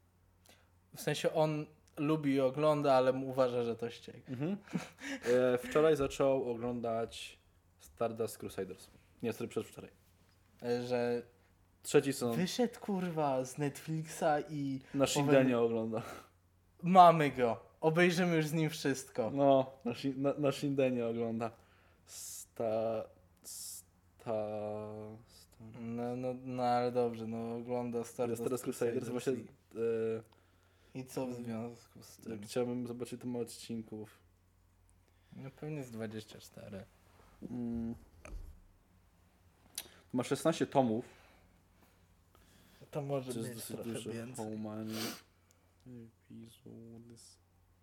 W sensie on lubi i ogląda, ale uważa, że to ściek. mhm. e, wczoraj zaczął oglądać Stardust Crusaders. Nie, sorry, przedwczoraj. Yy, Że Trzeci sezon. wyszedł kurwa z Netflixa i Na Shindenie ogląda. mamy go. Obejrzymy już z nim wszystko. No, na, Shi- na, na Shindenie ogląda. Sta... Sta... sta... No, no, no ale dobrze, no ogląda Stardust Stardust Crusaders właśnie... i, E, i co w związku z tym? chciałbym zobaczyć tym odcinków. No pewnie z dwadzieścia cztery. Mm. Ma szesnaście tomów. To może To jest mieć dosyć trochę dużo. więcej. How many episodes?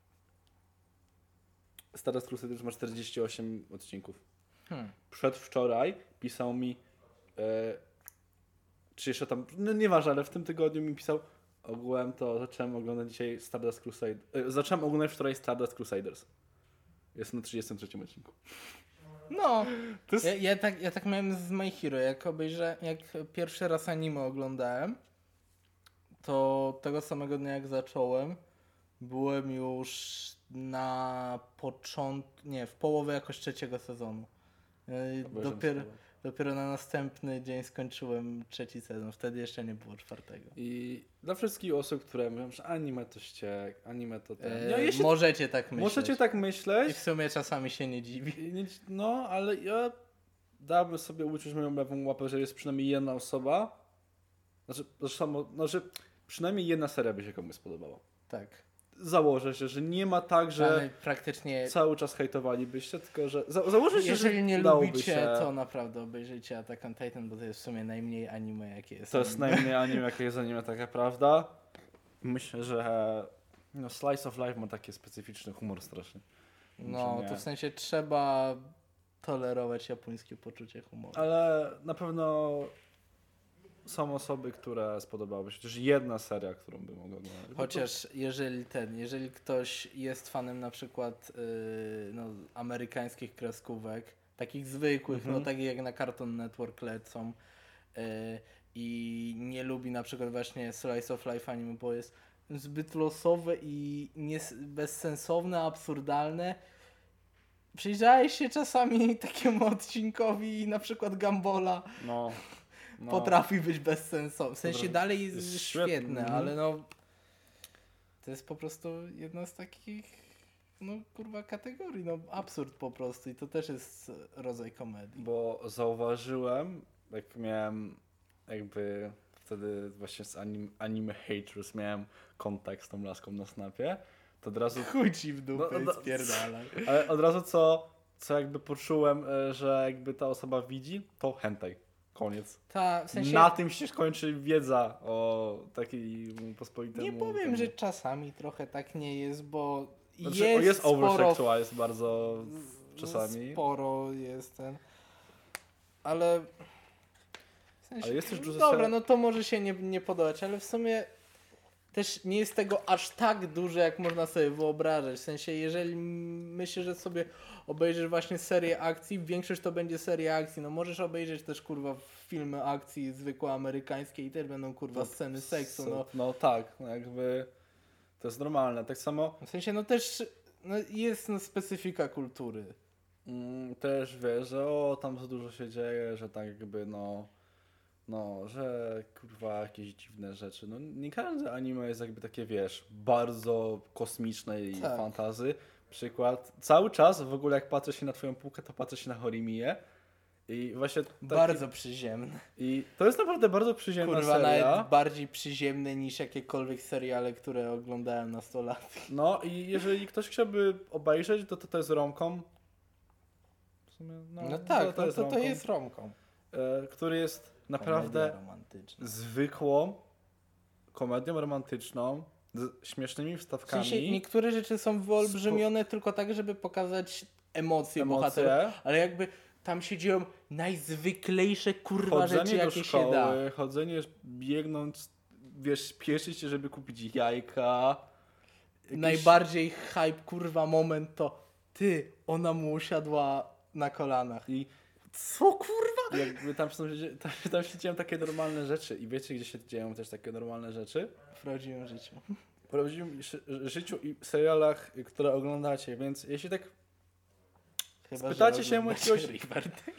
Stardust Crusaders ma czterdzieści osiem odcinków. Hmm. Przedwczoraj pisał mi, e, czy jeszcze tam, no nieważne, ale w tym tygodniu mi pisał, ogółem to zacząłem oglądać dzisiaj Stardust Crusaders, e, zacząłem oglądać wczoraj Stardust Crusaders. Jest na trzydziestym trzecim odcinku. No, To jest... ja, ja, tak, ja tak miałem z My Hero, jak obejrzę, jak pierwszy raz anime oglądałem, to tego samego dnia jak zacząłem, byłem już na początku, nie, w połowie jakoś trzeciego sezonu. Yy, Obejrzałem Dopiero, sobie. dopiero na następny dzień skończyłem trzeci sezon, wtedy jeszcze nie było czwartego. I dla wszystkich osób, które mówią, że anime to ściek, anime to ten. Yy, Ja, ja się... Możecie tak myśleć. Możecie tak I myśleć. w sumie czasami się nie dziwi. I nie- No, ale ja dałbym sobie uczuć moją lewą łapę, że jest przynajmniej jedna osoba. Znaczy, znaczy, samo, znaczy przynajmniej jedna seria by się komuś spodobała. Tak. Założę się, że nie ma tak, że Ale praktycznie cały czas hejtowalibyście, tylko że za, założę się, jeżeli że nie udałoby lubicie, się. to naprawdę obejrzyjcie Attack on Titan, bo to jest w sumie najmniej anime, jakie jest. To jest najmniej anime, jakie jest anime, taka prawda. Myślę, że no, Slice of Life ma taki specyficzny humor strasznie. No, Może nie. to w sensie trzeba tolerować japońskie poczucie humoru. Ale na pewno są osoby, które spodobałyby się. Chociaż jedna seria, którą bym mogła oglądać. Chociaż jeżeli ten, jeżeli ktoś jest fanem na przykład yy, no, amerykańskich kreskówek, takich zwykłych, Mhm. no takich jak na Cartoon Network lecą yy, i nie lubi na przykład właśnie Slice of Life anime, bo jest zbyt losowe i nies- bezsensowne, absurdalne. Przyjrzałeś się czasami takiemu odcinkowi na przykład Gambola, No, no. potrafi być bezsensowny. W sensie Potrafi- dalej jest, jest świetne, świetny, mhm. ale no to jest po prostu jedna z takich no kurwa kategorii, no absurd po prostu i to też jest rodzaj komedii. Bo zauważyłem, jak miałem jakby wtedy właśnie z anim, Anime Haters miałem kontakt z tą laską na Snapie, to od razu, Chuj ci w dupę No, no, i spierdalaj. ale od razu co, co jakby poczułem, e, że jakby ta osoba widzi, to hentai. Koniec. Ta, w sensie Na tym się kończy wiedza o takiej pospolitemu. nie powiem, temu. że czasami trochę tak nie jest, bo Znaczy, jest, jest sporo oversexualized bardzo czasami. Sporo jest ten. Ale. W sensie, Ale jest też dużo dobra, ser- no to może się nie, nie podobać, ale w sumie też nie jest tego aż tak dużo, jak można sobie wyobrażać. W sensie, jeżeli myślę, że sobie obejrzysz właśnie serię akcji, większość to będzie seria akcji. No możesz obejrzeć też, kurwa, filmy akcji zwykłe amerykańskie i też będą, kurwa, sceny seksu, no. No tak, no jakby to jest normalne. Tak samo W sensie, no też no, jest no, specyfika kultury. mm, też wiesz, że o, tam za dużo się dzieje, że tak jakby no, no, że kurwa jakieś dziwne rzeczy. No nie każde anime jest jakby takie, wiesz, bardzo kosmiczne i Tak. fantazy. Przykład, cały czas w ogóle jak patrzę się na twoją półkę, to patrzę się na Horimię i właśnie taki, Bardzo przyziemne. i to jest naprawdę bardzo przyziemna Kurwa, seria. nawet bardziej przyziemne niż jakiekolwiek seriale, które oglądałem nastolatki. No i jeżeli ktoś chciałby obejrzeć, to to, to jest romcom. W sumie, no, No tak, to, to no jest to, to romcom, jest romką. e, który jest naprawdę Komedia romantyczna. zwykłą komedią romantyczną z śmiesznymi W wstawkami. sensie niektóre rzeczy są wyolbrzymione tylko tak, żeby pokazać emocje, Emocje. bohaterów, ale jakby tam się dzieją najzwyklejsze kurwa rzeczy, Chodzenie do jakie się da. szkoły, chodzenie biegnąc, wiesz, spieszyć się, żeby kupić jajka. Jakieś... Najbardziej hype kurwa moment to ty, ona mu usiadła na kolanach. I Co kurwa? jakby tam, są, tam, tam się dzieją takie normalne rzeczy. I wiecie, gdzie się dzieją też takie normalne rzeczy? W prawdziwym życiu. W prawdziwym ży- życiu i serialach, które oglądacie, więc jeśli tak Chyba, spytacie że się oglądacie jakiegoś... Riverdale.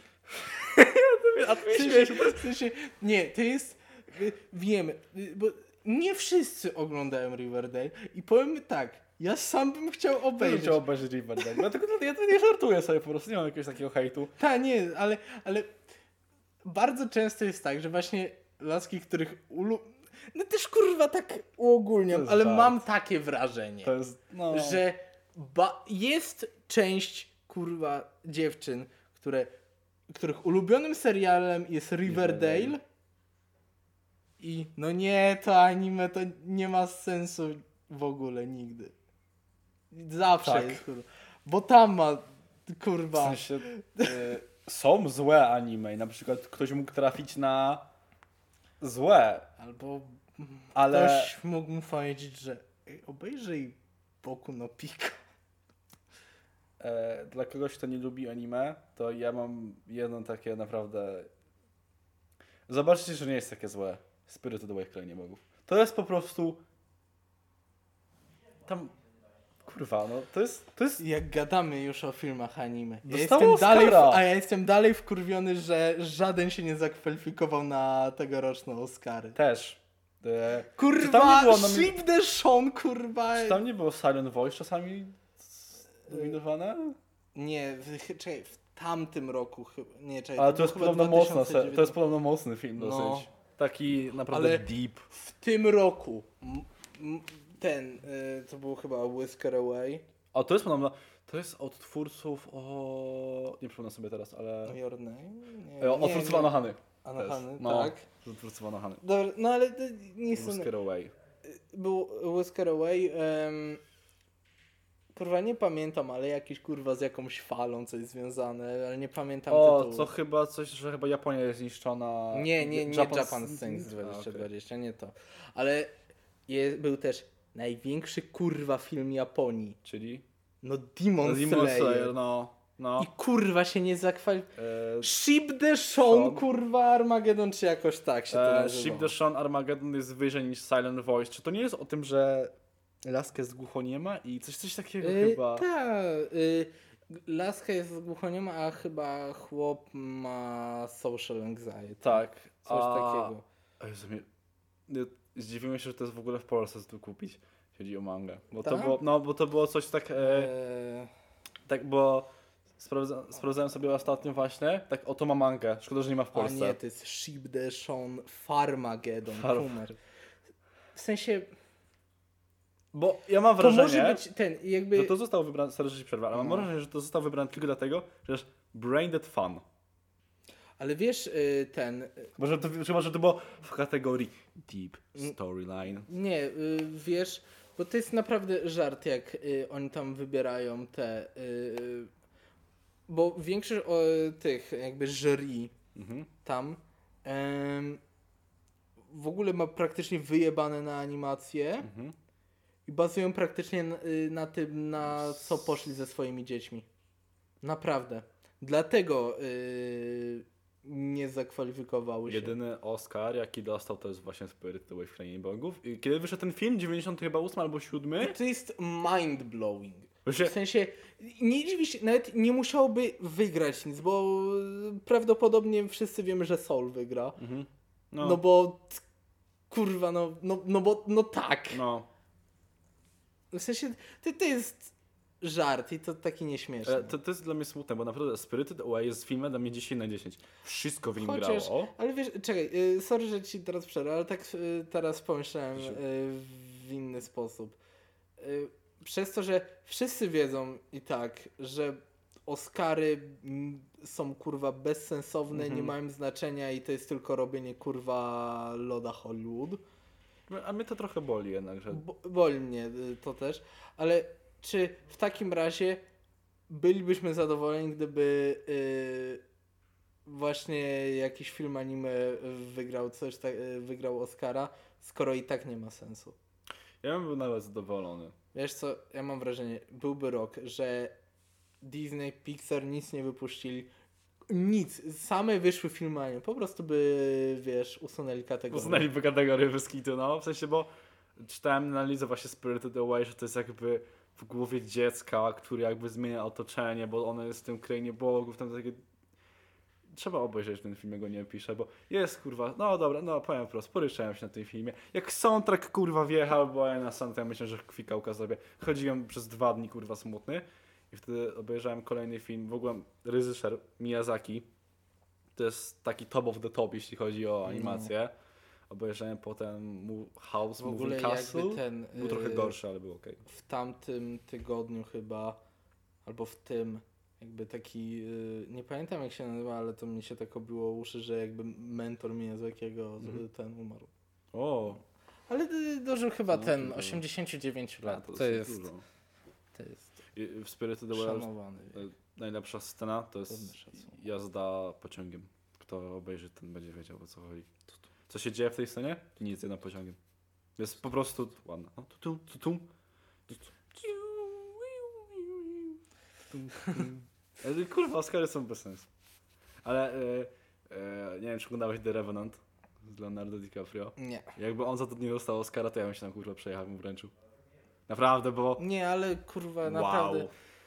A ty W sensie, w sensie, nie, to jest, y, wiemy, y, bo nie wszyscy oglądają Riverdale i powiem tak, ja sam bym chciał Obejrzeć. obejrzeć. Chciał obejrzeć Riverdale. Ja tylko ja to nie żartuję sobie po prostu, nie mam jakiegoś takiego hejtu. Tak, nie, ale, ale bardzo często jest tak, że właśnie laski, których ulu... No też kurwa tak To uogólniam, jest ale żart. mam takie wrażenie, To jest, no... że ba- jest część kurwa dziewczyn, które, których ulubionym serialem jest Riverdale, Riverdale. i no nie, to anime to nie ma sensu w ogóle nigdy. Zawsze Tak. jest kurwa. Bo tam ma W kurwa. sensie, e, są złe anime i na przykład ktoś mógł trafić na złe, Albo ale ktoś mógł mu powiedzieć, że ej, obejrzyj Boku no Pico. e, dla kogoś, kto nie lubi anime, to ja mam jedno takie naprawdę... Zobaczcie, że nie jest takie złe. Spirited Away Krainie Bogów. To jest po prostu... Tam... Kurwa, no to jest... To jest... Jak gadamy już o filmach anime. Ja Dostało jestem dalej, w, Oscara. a ja jestem dalej wkurwiony, że żaden się nie zakwalifikował na tegoroczne Oscary. Też. E, Kurwa, Czy tam nie było nomi- Ship the Sean, kurwa. czy tam nie było Silent Voice czasami nominowane? Nie, w, czekaj, w tamtym roku chyba. Nie, czekaj. Ale to był jest chyba podobno mocno, dwa tysiące dziewiętnaście. to jest podobno mocny film No. dosyć. Taki naprawdę Ale- deep. W tym roku m, m, ten, y, to był chyba Whisker Away. A to jest podobno, to jest od twórców o... Nie przypomnę sobie teraz, ale... Your Name? Nie, E, Od nie, twórców nie. Anohany. Anohany, No. tak. Od twórców Anohany. Dobra, no ale to nie są... Whisker Away. Był Whisker Away. Um, kurwa, nie pamiętam, ale jakiś kurwa z jakąś falą coś związane, ale nie pamiętam O, tytułu. co chyba coś, że chyba Japonia jest zniszczona. Nie, nie, nie Japan, Japan Saints A, dwadzieścia okej. dwadzieścia, nie to. Ale je, był też największy kurwa film Japonii. Czyli? No Demon, Demon Slayer. Slayer, no. no. I kurwa się nie zakwalifikował. E, Ship the Sean. Sean, kurwa Armageddon, czy jakoś tak się to e, nazywa. Ship the Sean Armageddon jest wyżej niż Silent Voice. Czy to nie jest o tym, że laskę z głuchoniema i coś, coś takiego Y, chyba? Tak. Y, laska jest głuchoniema, a chyba chłop ma social anxiety. Tak. Coś a... takiego. O Jezu, mnie... nie, Zdziwiłem się, że to jest w ogóle w Polsce tu kupić. Chodzi o mangę. Bo to Tak? było, no, bo to było coś tak, e, Eee, tak, bo sprawdza, sprawdzałem sobie ostatnio właśnie, tak oto ma mangę. Szkoda, że nie ma w a Polsce. nie, to jest Ship the Sean Farmageddon. Farm- Kumer. W sensie, Bo ja mam to wrażenie, może być ten, jakby... że to zostało wybrane, sorry, że ci przerwę, ale mam No. wrażenie, że to zostało wybrane tylko dlatego, że jest brain dead fun. Ale wiesz, y, ten... Może to, chyba, że to było w kategorii deep storyline. Nie, y, wiesz, bo to jest naprawdę żart, jak y, oni tam wybierają te... Y, bo większość o, tych jakby jury Mhm. tam em, w ogóle ma praktycznie wyjebane na animację Mhm. i bazują praktycznie na, y, na tym, na co poszli ze swoimi dziećmi. Naprawdę. Dlatego yy, nie zakwalifikowały się. Jedyny Oscar, jaki dostał, to jest właśnie Spirited Away w Krainie Bogów. I kiedy wyszedł ten film, dziewięćdziesiąty chyba ósmy albo siódmy? To jest mind-blowing. Właśnie... W sensie, nie dziwi się, nawet nie musiałoby wygrać nic, bo prawdopodobnie wszyscy wiemy, że Soul wygra. Mhm. No. No. no bo, kurwa, no, no, no bo, no tak. no. W sensie, to, to jest żart i to taki nieśmieszny. E, to, to jest dla mnie smutne, bo naprawdę Spirited Away jest filmem dla mnie dziesięć na dziesięć. Wszystko w nim Chociaż, grało. ale wiesz, czekaj, y, sorry, że ci teraz przerwę, ale tak y, teraz pomyślałem y, w inny sposób. Y, przez to, że wszyscy wiedzą i tak, że Oscary mm, są kurwa bezsensowne, Mhm. nie mają znaczenia i to jest tylko robienie kurwa loda Hollywood. A mnie to trochę boli jednak, że... Bo, boli mnie y, to też, ale czy w takim razie bylibyśmy zadowoleni, gdyby y, właśnie jakiś film anime wygrał coś, tak, y, wygrał Oscara, skoro i tak nie ma sensu? Ja bym był nawet zadowolony. Wiesz co, ja mam wrażenie, byłby rok, że Disney, Pixar nic nie wypuścili, nic, same wyszły filmy anime, po prostu by, wiesz, usunęli kategorię. Uznaliby kategorię Wyskitu, no. W sensie, bo czytałem analizę właśnie Spirited Away, że to jest jakby w głowie dziecka, który jakby zmienia otoczenie, bo ono jest w tym krainie bogów, tam takie... Trzeba obejrzeć ten film, ja go nie piszę, bo jest kurwa, no dobra, no powiem wprost, poryczałem się na tym filmie. Jak soundtrack kurwa wjechał, bo ja na soundtrack myślę, że kwikałka sobie. Chodziłem przez dwa dni kurwa smutny i wtedy obejrzałem kolejny film, w ogóle reżyser Miyazaki. To jest taki top of the top, jeśli chodzi o animację. Obejrzałem potem mu House W ogóle Moving Castle. jakby ten... Był trochę y, gorszy, ale był okej. w tamtym tygodniu chyba, albo w tym, jakby taki, yy, nie pamiętam jak się nazywa, ale to mi się tak obiło uszy, że jakby mentor Miyazakiego Mhm. ten umarł. O, Ale y, dożył chyba No, ten to- osiemdziesiąt dziewięć a, lat. to, To jest jest, dużo. to jest I w Spirited Away szanowany. e, najlepsza scena to Godny jest szacunku. jazda pociągiem. Kto obejrzy, ten będzie wiedział, o co chodzi. Co się dzieje w tej scenie? Nic, jedna pociągiem. Jest po prostu ładna. No, tu, tu, tu, tu. E, Kurwa, Oscary są bez sensu. Ale e, e, nie wiem, czy oglądałeś The Revenant z Leonardo DiCaprio. Nie. Jakby on za to nie dostał Oscara, to ja bym się tam kurwa przejechał mu wręczył. Naprawdę, bo... Nie, ale kurwa, Wow. naprawdę.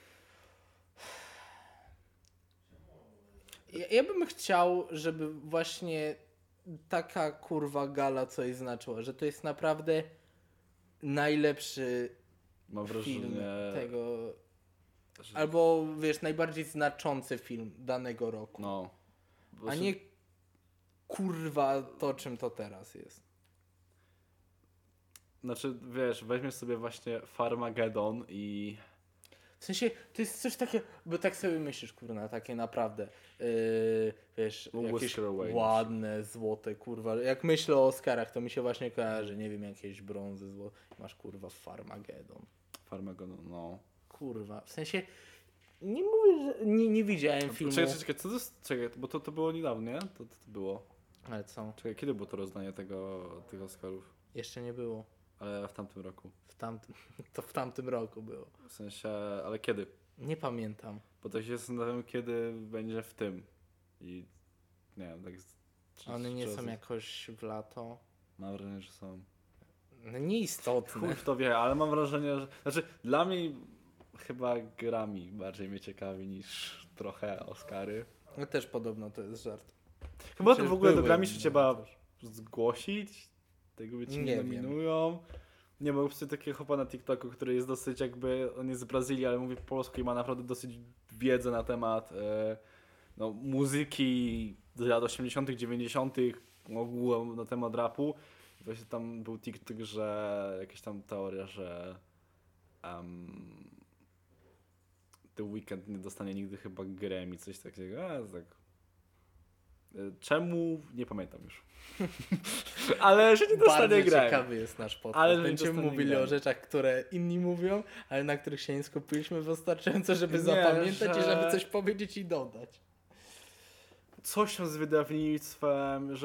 Ja, ja bym chciał, żeby właśnie taka kurwa gala coś znaczyła, że to jest naprawdę najlepszy Mam film wrażenie... tego, że- albo wiesz, najbardziej znaczący film danego roku. No. Bo A się- nie kurwa to, czym to teraz jest. Znaczy, wiesz, weźmiesz sobie właśnie Farmageddon i... W sensie, to jest coś takiego, bo tak sobie myślisz, kurna, takie naprawdę, yy, wiesz, No, jakieś Whisker Away. ładne, złote, kurwa. Jak myślę o Oscarach, to mi się właśnie kojarzy, nie wiem, jakieś brązy, złote. Masz, kurwa, Farmageddon. Farmageddon, no. Kurwa, w sensie, nie mówię, że nie, nie widziałem filmu. Czekaj, czekaj, czekaj, co to jest? Czekaj, bo to, to było niedawno, nie? To, to, to było. Ale co? Czekaj, kiedy było to rozdanie tego, tych Oscarów? Jeszcze nie było. Ale w tamtym roku. W tamtym, to w tamtym roku było. W sensie, ale kiedy? Nie pamiętam. Bo tak się zastanawiam, kiedy będzie w tym. I nie wiem, tak... z- czy- One czy- nie czy- są jakoś w lato. Mam wrażenie, że są. No nieistotne. Chuj w to wie, ale mam wrażenie, że... Znaczy, dla mnie chyba Grammy bardziej mnie ciekawi niż trochę Oscary. No też podobno to jest żart. Chyba to Przecież w ogóle do były, Grammy się no, trzeba też. zgłosić. Tego by ci nie, Nie nominują. Nie, bo po takiego chłopa na TikToku, który jest dosyć jakby, on jest z Brazylii, ale mówi po polsku i ma naprawdę dosyć wiedzę na temat e, no, muzyki z lat osiemdziesiątych, dziewięćdziesiątych, ogółem na temat rapu. I właśnie tam był TikTok, że jakaś tam teoria, że um, The Weeknd nie dostanie nigdy chyba Grammy, coś takiego. A, tak. E, Czemu? Nie pamiętam już. Ale że nie dostanie Bardzo Grammy. ciekawy jest nasz podcast. Ale że nie Będziemy dostanie mówili Grammy. o rzeczach, które inni mówią, ale na których się nie skupiliśmy wystarczająco, żeby Nie, zapamiętać że- i żeby coś powiedzieć i dodać. Coś tam z wydawnictwem, że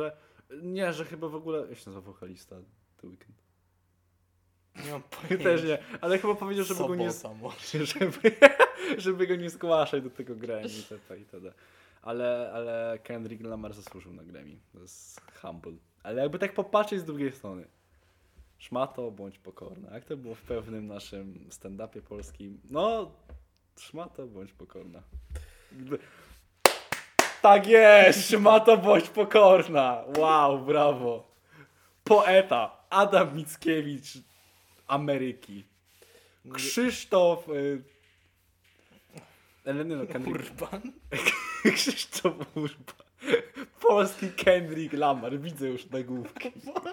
Nie, że chyba w ogóle... Jak się nazywa wokalista The Weeknd? Nie mam Ja pojęcia. też nie, ale chyba powiedział, żeby go nie... Sobota może. Żeby, żeby go nie zgłaszać do tego Grammy itp. itd. Ale, ale Kendrick Lamar zasłużył na Grammy. To jest humble. Ale jakby tak popatrzeć z drugiej strony. Szmato bądź pokorna. Jak to było w pewnym naszym stand-upie polskim? No, szmato bądź pokorna. Jakby... Tak jest! Szmato bądź pokorna! Wow, brawo! Poeta Adam Mickiewicz Ameryki. Krzysztof... Y... Ale nie no, Kendrick... Urban? Krzysztof Urban. Polski Kendrick Lamar. Widzę już nagłówki.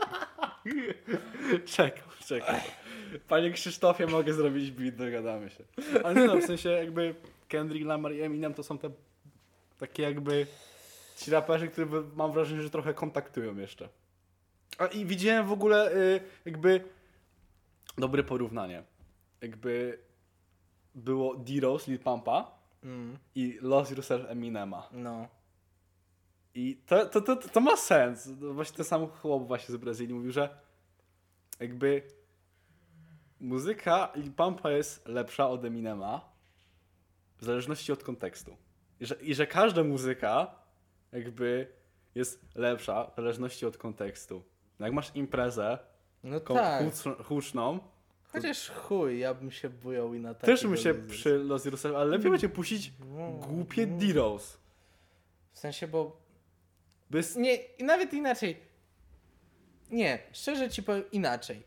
Czekam, czekam. Panie Krzysztofie, mogę zrobić beat, dogadamy się. Ale nie no, w sensie jakby Kendrick Lamar i Eminem to są te takie jakby ci raperzy, które mam wrażenie, że trochę kontaktują jeszcze. A i widziałem w ogóle y, jakby dobre porównanie. Jakby było D-Rose, Lil Pumpa Mm. i Lose Yourself Eminema. No. I to, to, to, to ma sens. Właśnie ten sam chłop właśnie z Brazylii mówił, że jakby muzyka Lil Pumpa jest lepsza od Eminema w zależności od kontekstu. I że, i że każda muzyka jakby jest lepsza w zależności od kontekstu. No jak masz imprezę No ko- tak. huczną- huczną, Chociaż chuj, ja bym się bujał i na taki też bym się dolizm. przy Lose Yourself, ale lepiej będzie puścić No, głupie no. D-Rose. W sensie, bo... Bez... Nie, i nawet inaczej. Nie, szczerze ci powiem inaczej.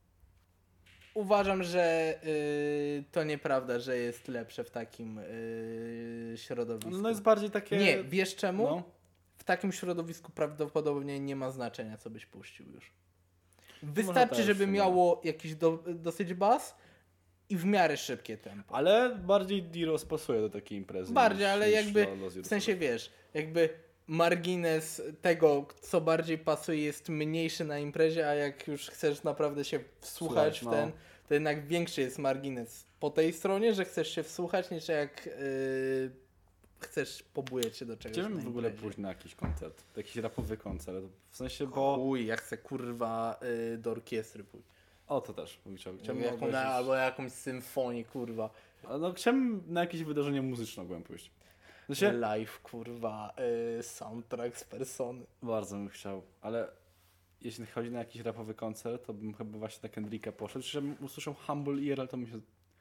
Uważam, że y, to nieprawda, że jest lepsze w takim y, środowisku. No jest bardziej takie... Nie, wiesz czemu? No. W takim środowisku prawdopodobnie nie ma znaczenia, co byś puścił już. Może Wystarczy, też, żeby no. miało jakiś do, dosyć bas i w miarę szybkie tempo. Ale bardziej D-Rose pasuje do takiej imprezy. Bardziej, niż, ale niż jakby Lo- Lose w Yourself. sensie wiesz, jakby margines tego, co bardziej pasuje, jest mniejszy na imprezie, a jak już chcesz naprawdę się wsłuchać Słuchać, w no. ten, to jednak większy jest margines po tej stronie, że chcesz się wsłuchać, niż jak yy, chcesz pobujać się do czegoś. Chciałbym na w ogóle imprezie. pójść na jakiś koncert. Jakiś rapowy koncert. W sensie, bo... Chuj, ja chcę kurwa yy, do orkiestry pójść. O, to też bym chciał. Chciałbym Jaką, obejrzeć... na, albo jakąś symfonię, kurwa. A No, chciałbym na jakieś wydarzenie muzyczne mogłem pójść. W sensie, Live, kurwa, yy, soundtrack z Persony. bardzo bym chciał, ale jeśli chodzi na jakiś rapowy koncert, to bym chyba właśnie na Kendricka poszedł. Żebym usłyszał Humble I R L, to bym się...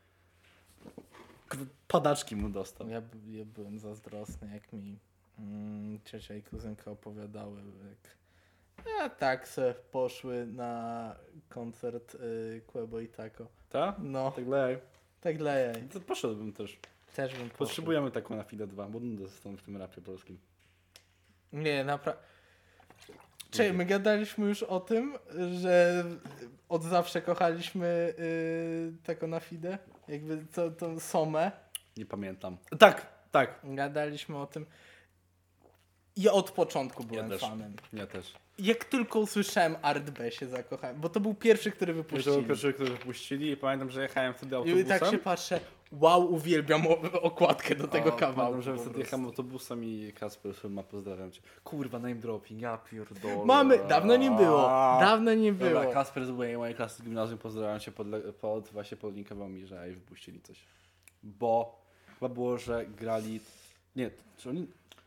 Padaczki mu dostał. Ja, by- ja byłem zazdrosny, jak mi mm, ciocia i kuzynka opowiadały, jak a tak se poszły na koncert y, Quebo i Taco. Tak? No, Tak dalej. tak dla jaj. To poszedłbym też. Też bym poszedł. Potrzebujemy taką na Fide dwa, bo nudę zostaną w tym rapie polskim. Nie, naprawdę. Czekaj, my gadaliśmy już o tym, że od zawsze kochaliśmy y, Taco na Fide? Jakby to, tą Somę. Nie pamiętam. Tak, tak. Gadaliśmy o tym. Ja od początku byłem też. fanem. Ja też. Jak tylko usłyszałem Art B się zakochałem, bo to był pierwszy, który To wypuścili. był pierwszy, który wypuścili i pamiętam, że jechałem wtedy I autobusem. tak się patrzę, wow, uwielbiam o- okładkę do tego O, kawałku. Pamiętam, że po wtedy prostu. jechałem autobusem i Kasper ma pozdrawiam cię. Kurwa, name dropping, ja pierdolę. Mamy, dawno nie było, dawno nie było. Dobra, Kasper z mojej, mojej klasy z gimnazjum, pozdrawiam cię pod, pod właśnie podlinkował mi, że ej, wypuścili coś. Bo chyba było, że grali... Nie, czy oni...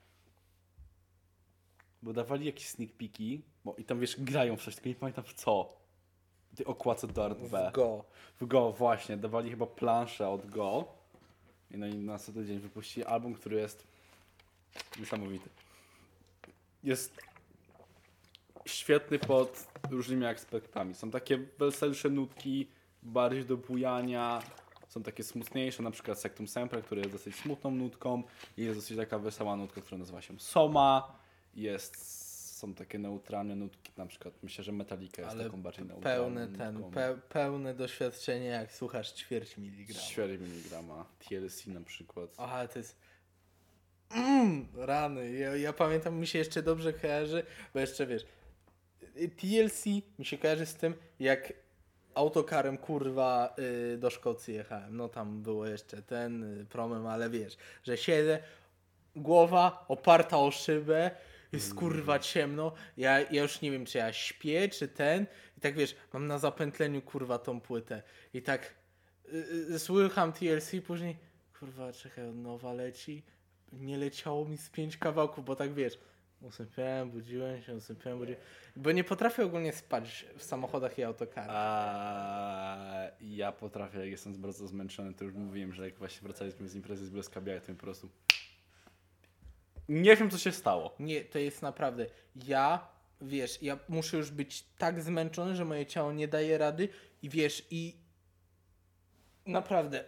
Bo dawali jakieś sneak peeki, bo i tam wiesz, grają w coś, tylko nie pamiętam w co. W tej okładce do Art B. W Go. W Go, właśnie. Dawali chyba planszę od Go. I no i na następny dzień wypuścili album, który jest niesamowity. Jest świetny pod różnymi aspektami. Są takie weselsze nutki, bardziej do bujania. Są takie smutniejsze, na przykład Sectum Sempra, który jest dosyć smutną nutką. I jest dosyć taka wesoła nutka, która nazywa się Soma. Jest, są takie neutralne nutki, na przykład myślę, że Metallica jest Ale taką bardziej neutralną Pełne ten, nutką. pe, pełne doświadczenie, jak słuchasz ćwierć miligrama. Ćwierć miligrama, T L C na przykład. Aha, to jest... Mm, rany. Ja, ja pamiętam, mi się jeszcze dobrze kojarzy, bo jeszcze wiesz, T L C mi się kojarzy z tym, jak autokarem kurwa y, do Szkocji jechałem. No tam było jeszcze ten y, problem, ale wiesz, że siedzę, głowa oparta o szybę jest kurwa ciemno, ja, ja już nie wiem, czy ja śpię, czy ten, i tak wiesz, mam na zapętleniu kurwa tą płytę i tak yy, słucham T L C, później kurwa, czekaj, od nowa leci, nie leciało mi z pięć kawałków, bo tak wiesz, usypiałem, budziłem się, usypiałem, budziłem, bo nie potrafię ogólnie spać w samochodach i autokarach. A ja potrafię, jak jestem bardzo zmęczony, to już mówiłem, że jak właśnie wracaliśmy z imprezy z Błyskabia, to po prostu nie wiem, co się stało. Nie, to jest naprawdę, ja, wiesz, ja muszę już być tak zmęczony, że moje ciało nie daje rady i wiesz, i naprawdę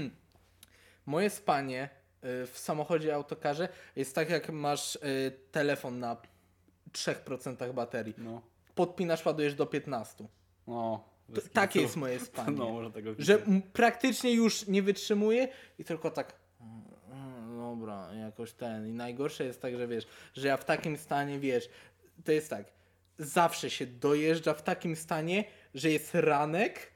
moje spanie y, w samochodzie, autokarze jest tak, jak masz y, telefon na trzy procent baterii. No, Podpinasz, ładujesz do piętnastu. no. T- takie jest moje spanie. No, może tego Że m- praktycznie już nie wytrzymuję i tylko tak mm, dobra, jakoś ten. I najgorsze jest tak, że wiesz, że ja w takim stanie, wiesz, to jest tak, zawsze się dojeżdża w takim stanie, że jest ranek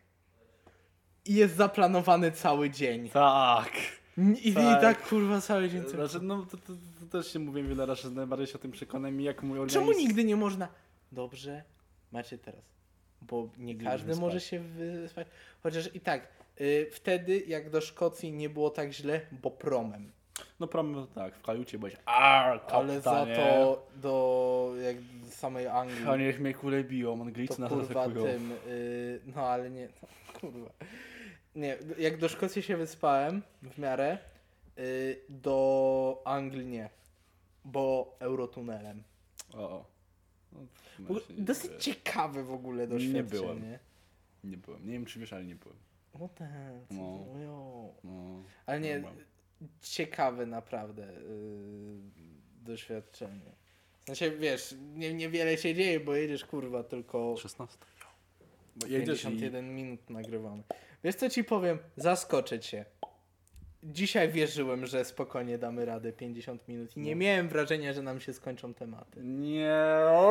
i jest zaplanowany cały dzień. Tak. I, i Tak. tak kurwa cały dzień. Znaczy, no to, to, to też się mówię wiele razy, że najbardziej się o tym przekonam i jak mój organizm... Czemu nigdy nie można? Dobrze, macie teraz. Bo nie Nie każdy możemy może spać. się wyspać. Chociaż i tak, y, wtedy jak do Szkocji nie było tak źle, bo promem. No problem tak, w kajucie byłeś aaa, Ale za kapitanie. to do jak samej Anglii, A niech mnie kule biją, Anglicy to nas kurwa atakują. tym, y, no ale nie, no, kurwa. Nie, jak do Szkocji się wyspałem w miarę, y, do Anglii nie, bo eurotunelem. O, o. No, W ogóle właśnie, dosyć wiesz, ciekawe w ogóle doświadczenie. Nie byłem. Nie byłem. Nie wiem, czy wiesz, ale nie byłem. No tak, co No. to, jo. No, Ale nie, dobra. ciekawe naprawdę yy, doświadczenie. W sensie, wiesz, nie, niewiele się dzieje, bo jedziesz kurwa tylko szesnaście. Bo jedziesz pięćdziesiąt i... jeden minut nagrywamy. Wiesz co ci powiem? Zaskoczę cię. Dzisiaj wierzyłem, że spokojnie damy radę pięćdziesiąt minut i nie No. miałem wrażenia, że nam się skończą tematy. Nie.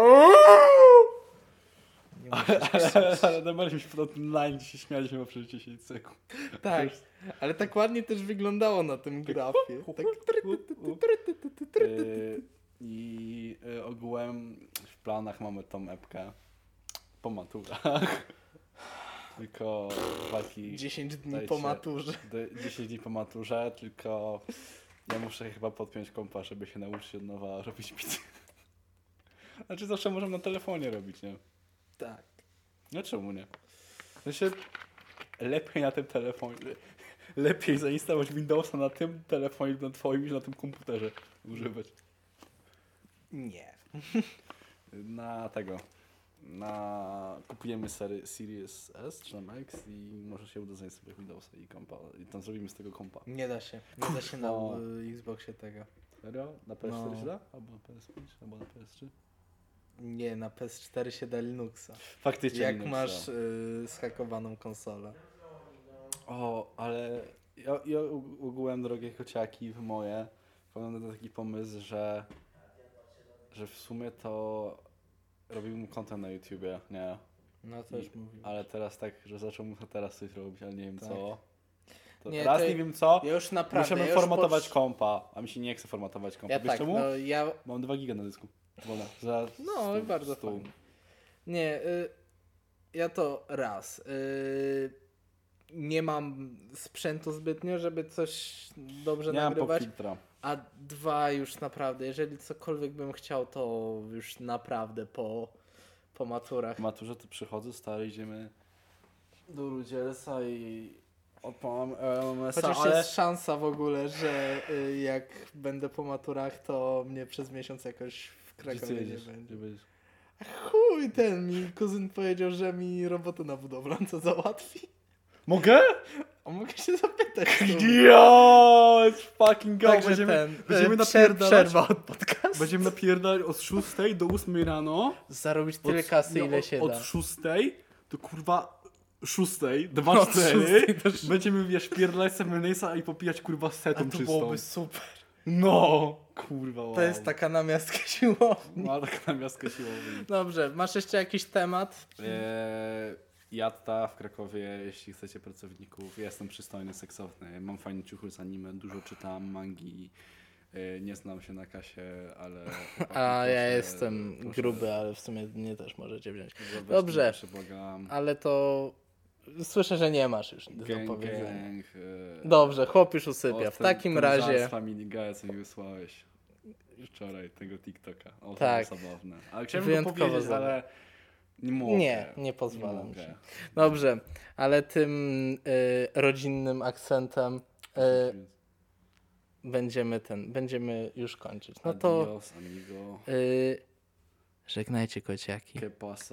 Nie musisz Ale, krzyczeć. ale najbardziej mi się podobał ten line, gdzie się śmialiśmy przez dziesięć sekund. Tak, ale tak ładnie też wyglądało na tym grafie. Tak. Yy, I yy, ogółem w planach mamy tą epkę po maturach. Tylko chłopaki, dziesięć dni dajcie- po maturze. d- dziesięć dni po maturze, tylko ja muszę chyba podpiąć kompa, żeby się nauczyć od nowa robić bity. Znaczy zawsze możemy na telefonie robić, nie? Tak. No czemu nie? W sensie lepiej na tym telefonie, lepiej zainstalować Windowsa na tym telefonie, na twoim, niż na tym komputerze używać. Nie. Na tego, na kupujemy sery Series S czy tam X i może się uda zainstalować Windowsa i kompa i tam zrobimy z tego kompa. Nie da się. Nie da się na Kurwa. y, Xboxie tego. Serio? Na P S cztery No. się da? Albo na P S pięć? Albo na P S trzy? Nie, na P S cztery się da Linuxa. Faktycznie Jak Linuxa. masz y, zhakowaną konsolę. O, ale ja, ja u- ogółem, drogie kociaki, w moje, wpadłem na taki pomysł, że, że w sumie to robił content na YouTubie, nie? No to już I- mówiłem. Ale teraz tak, że zaczął mu teraz coś robić, ale nie wiem Tak. co. To Nie, raz to- nie wiem co, Ja już naprawdę. musimy ja już formatować potrz- kompa, a mi się nie chce formatować kompa. Ja Wiesz tak, czemu? no ja. Mam dwa giga na dysku. Wolę. Za No stu- bardzo stu. fajnie. Nie, y, ja to raz. Y, nie mam sprzętu zbytnio, żeby coś dobrze Nie mam nagrywać. filtra. A dwa już naprawdę, jeżeli cokolwiek bym chciał, to już naprawdę po, po maturach. W maturze to przychodzę, stary, idziemy do Rudzielsa i odpalam L M S-a, Chociaż ale... jest szansa w ogóle, że y, jak będę po maturach, to mnie przez miesiąc jakoś w Gdzie ty Krakowie nie jedziesz? będzie. Gdzie będziesz? Chuj, ten mi kuzyn powiedział, że mi robotę na budowlance załatwi. Mogę? A mogę się zapytać? Yo, let's fucking go! Także Będziemy, ten, będziemy y, przer- napierdalać, przerwa od podcastu. będziemy napierdalać od szóstej do ósmej rano. Zarobić Od, tyle kasy, no, ile od, się od da. szóstej do kurwa szóstej, dwa Od cztery. szóstej do szóstej. Będziemy, wiesz, pierdalać Sevenesa i popijać kurwa A setą to czystą. byłoby super. No, kurwa, wow. To jest taka namiastka siłowni. No, taka namiastka siłowni. Dobrze, masz jeszcze jakiś temat? Eee, Jatta w Krakowie, jeśli chcecie pracowników. Ja jestem przystojny, seksowny, mam fajny ciuchy z anime, dużo czytam mangi, Y, Nie znam się na kasie, ale... A ja proszę- jestem proszę- gruby, ale w sumie mnie też możecie wziąć. weź Dobrze. to, proszę, błagam. Ale to słyszę, że nie masz już nic do Gang, powiedzenia. gang, y, Dobrze, chłop już usypia. o, W ten- takim ten żart razie... z Family Guy, co mi wysłałeś wczoraj, tego TikToka. O, to Tak. było zabawne. Ale chciałem go Wyjątkowo powiedzieć, zabawne. ale nie mogę. Nie, nie pozwalam mogę. ci. Dobrze, ale tym y, rodzinnym akcentem y, będziemy ten, będziemy już kończyć. No to Adios, amigo. y, żegnajcie kociaki. Que pasa?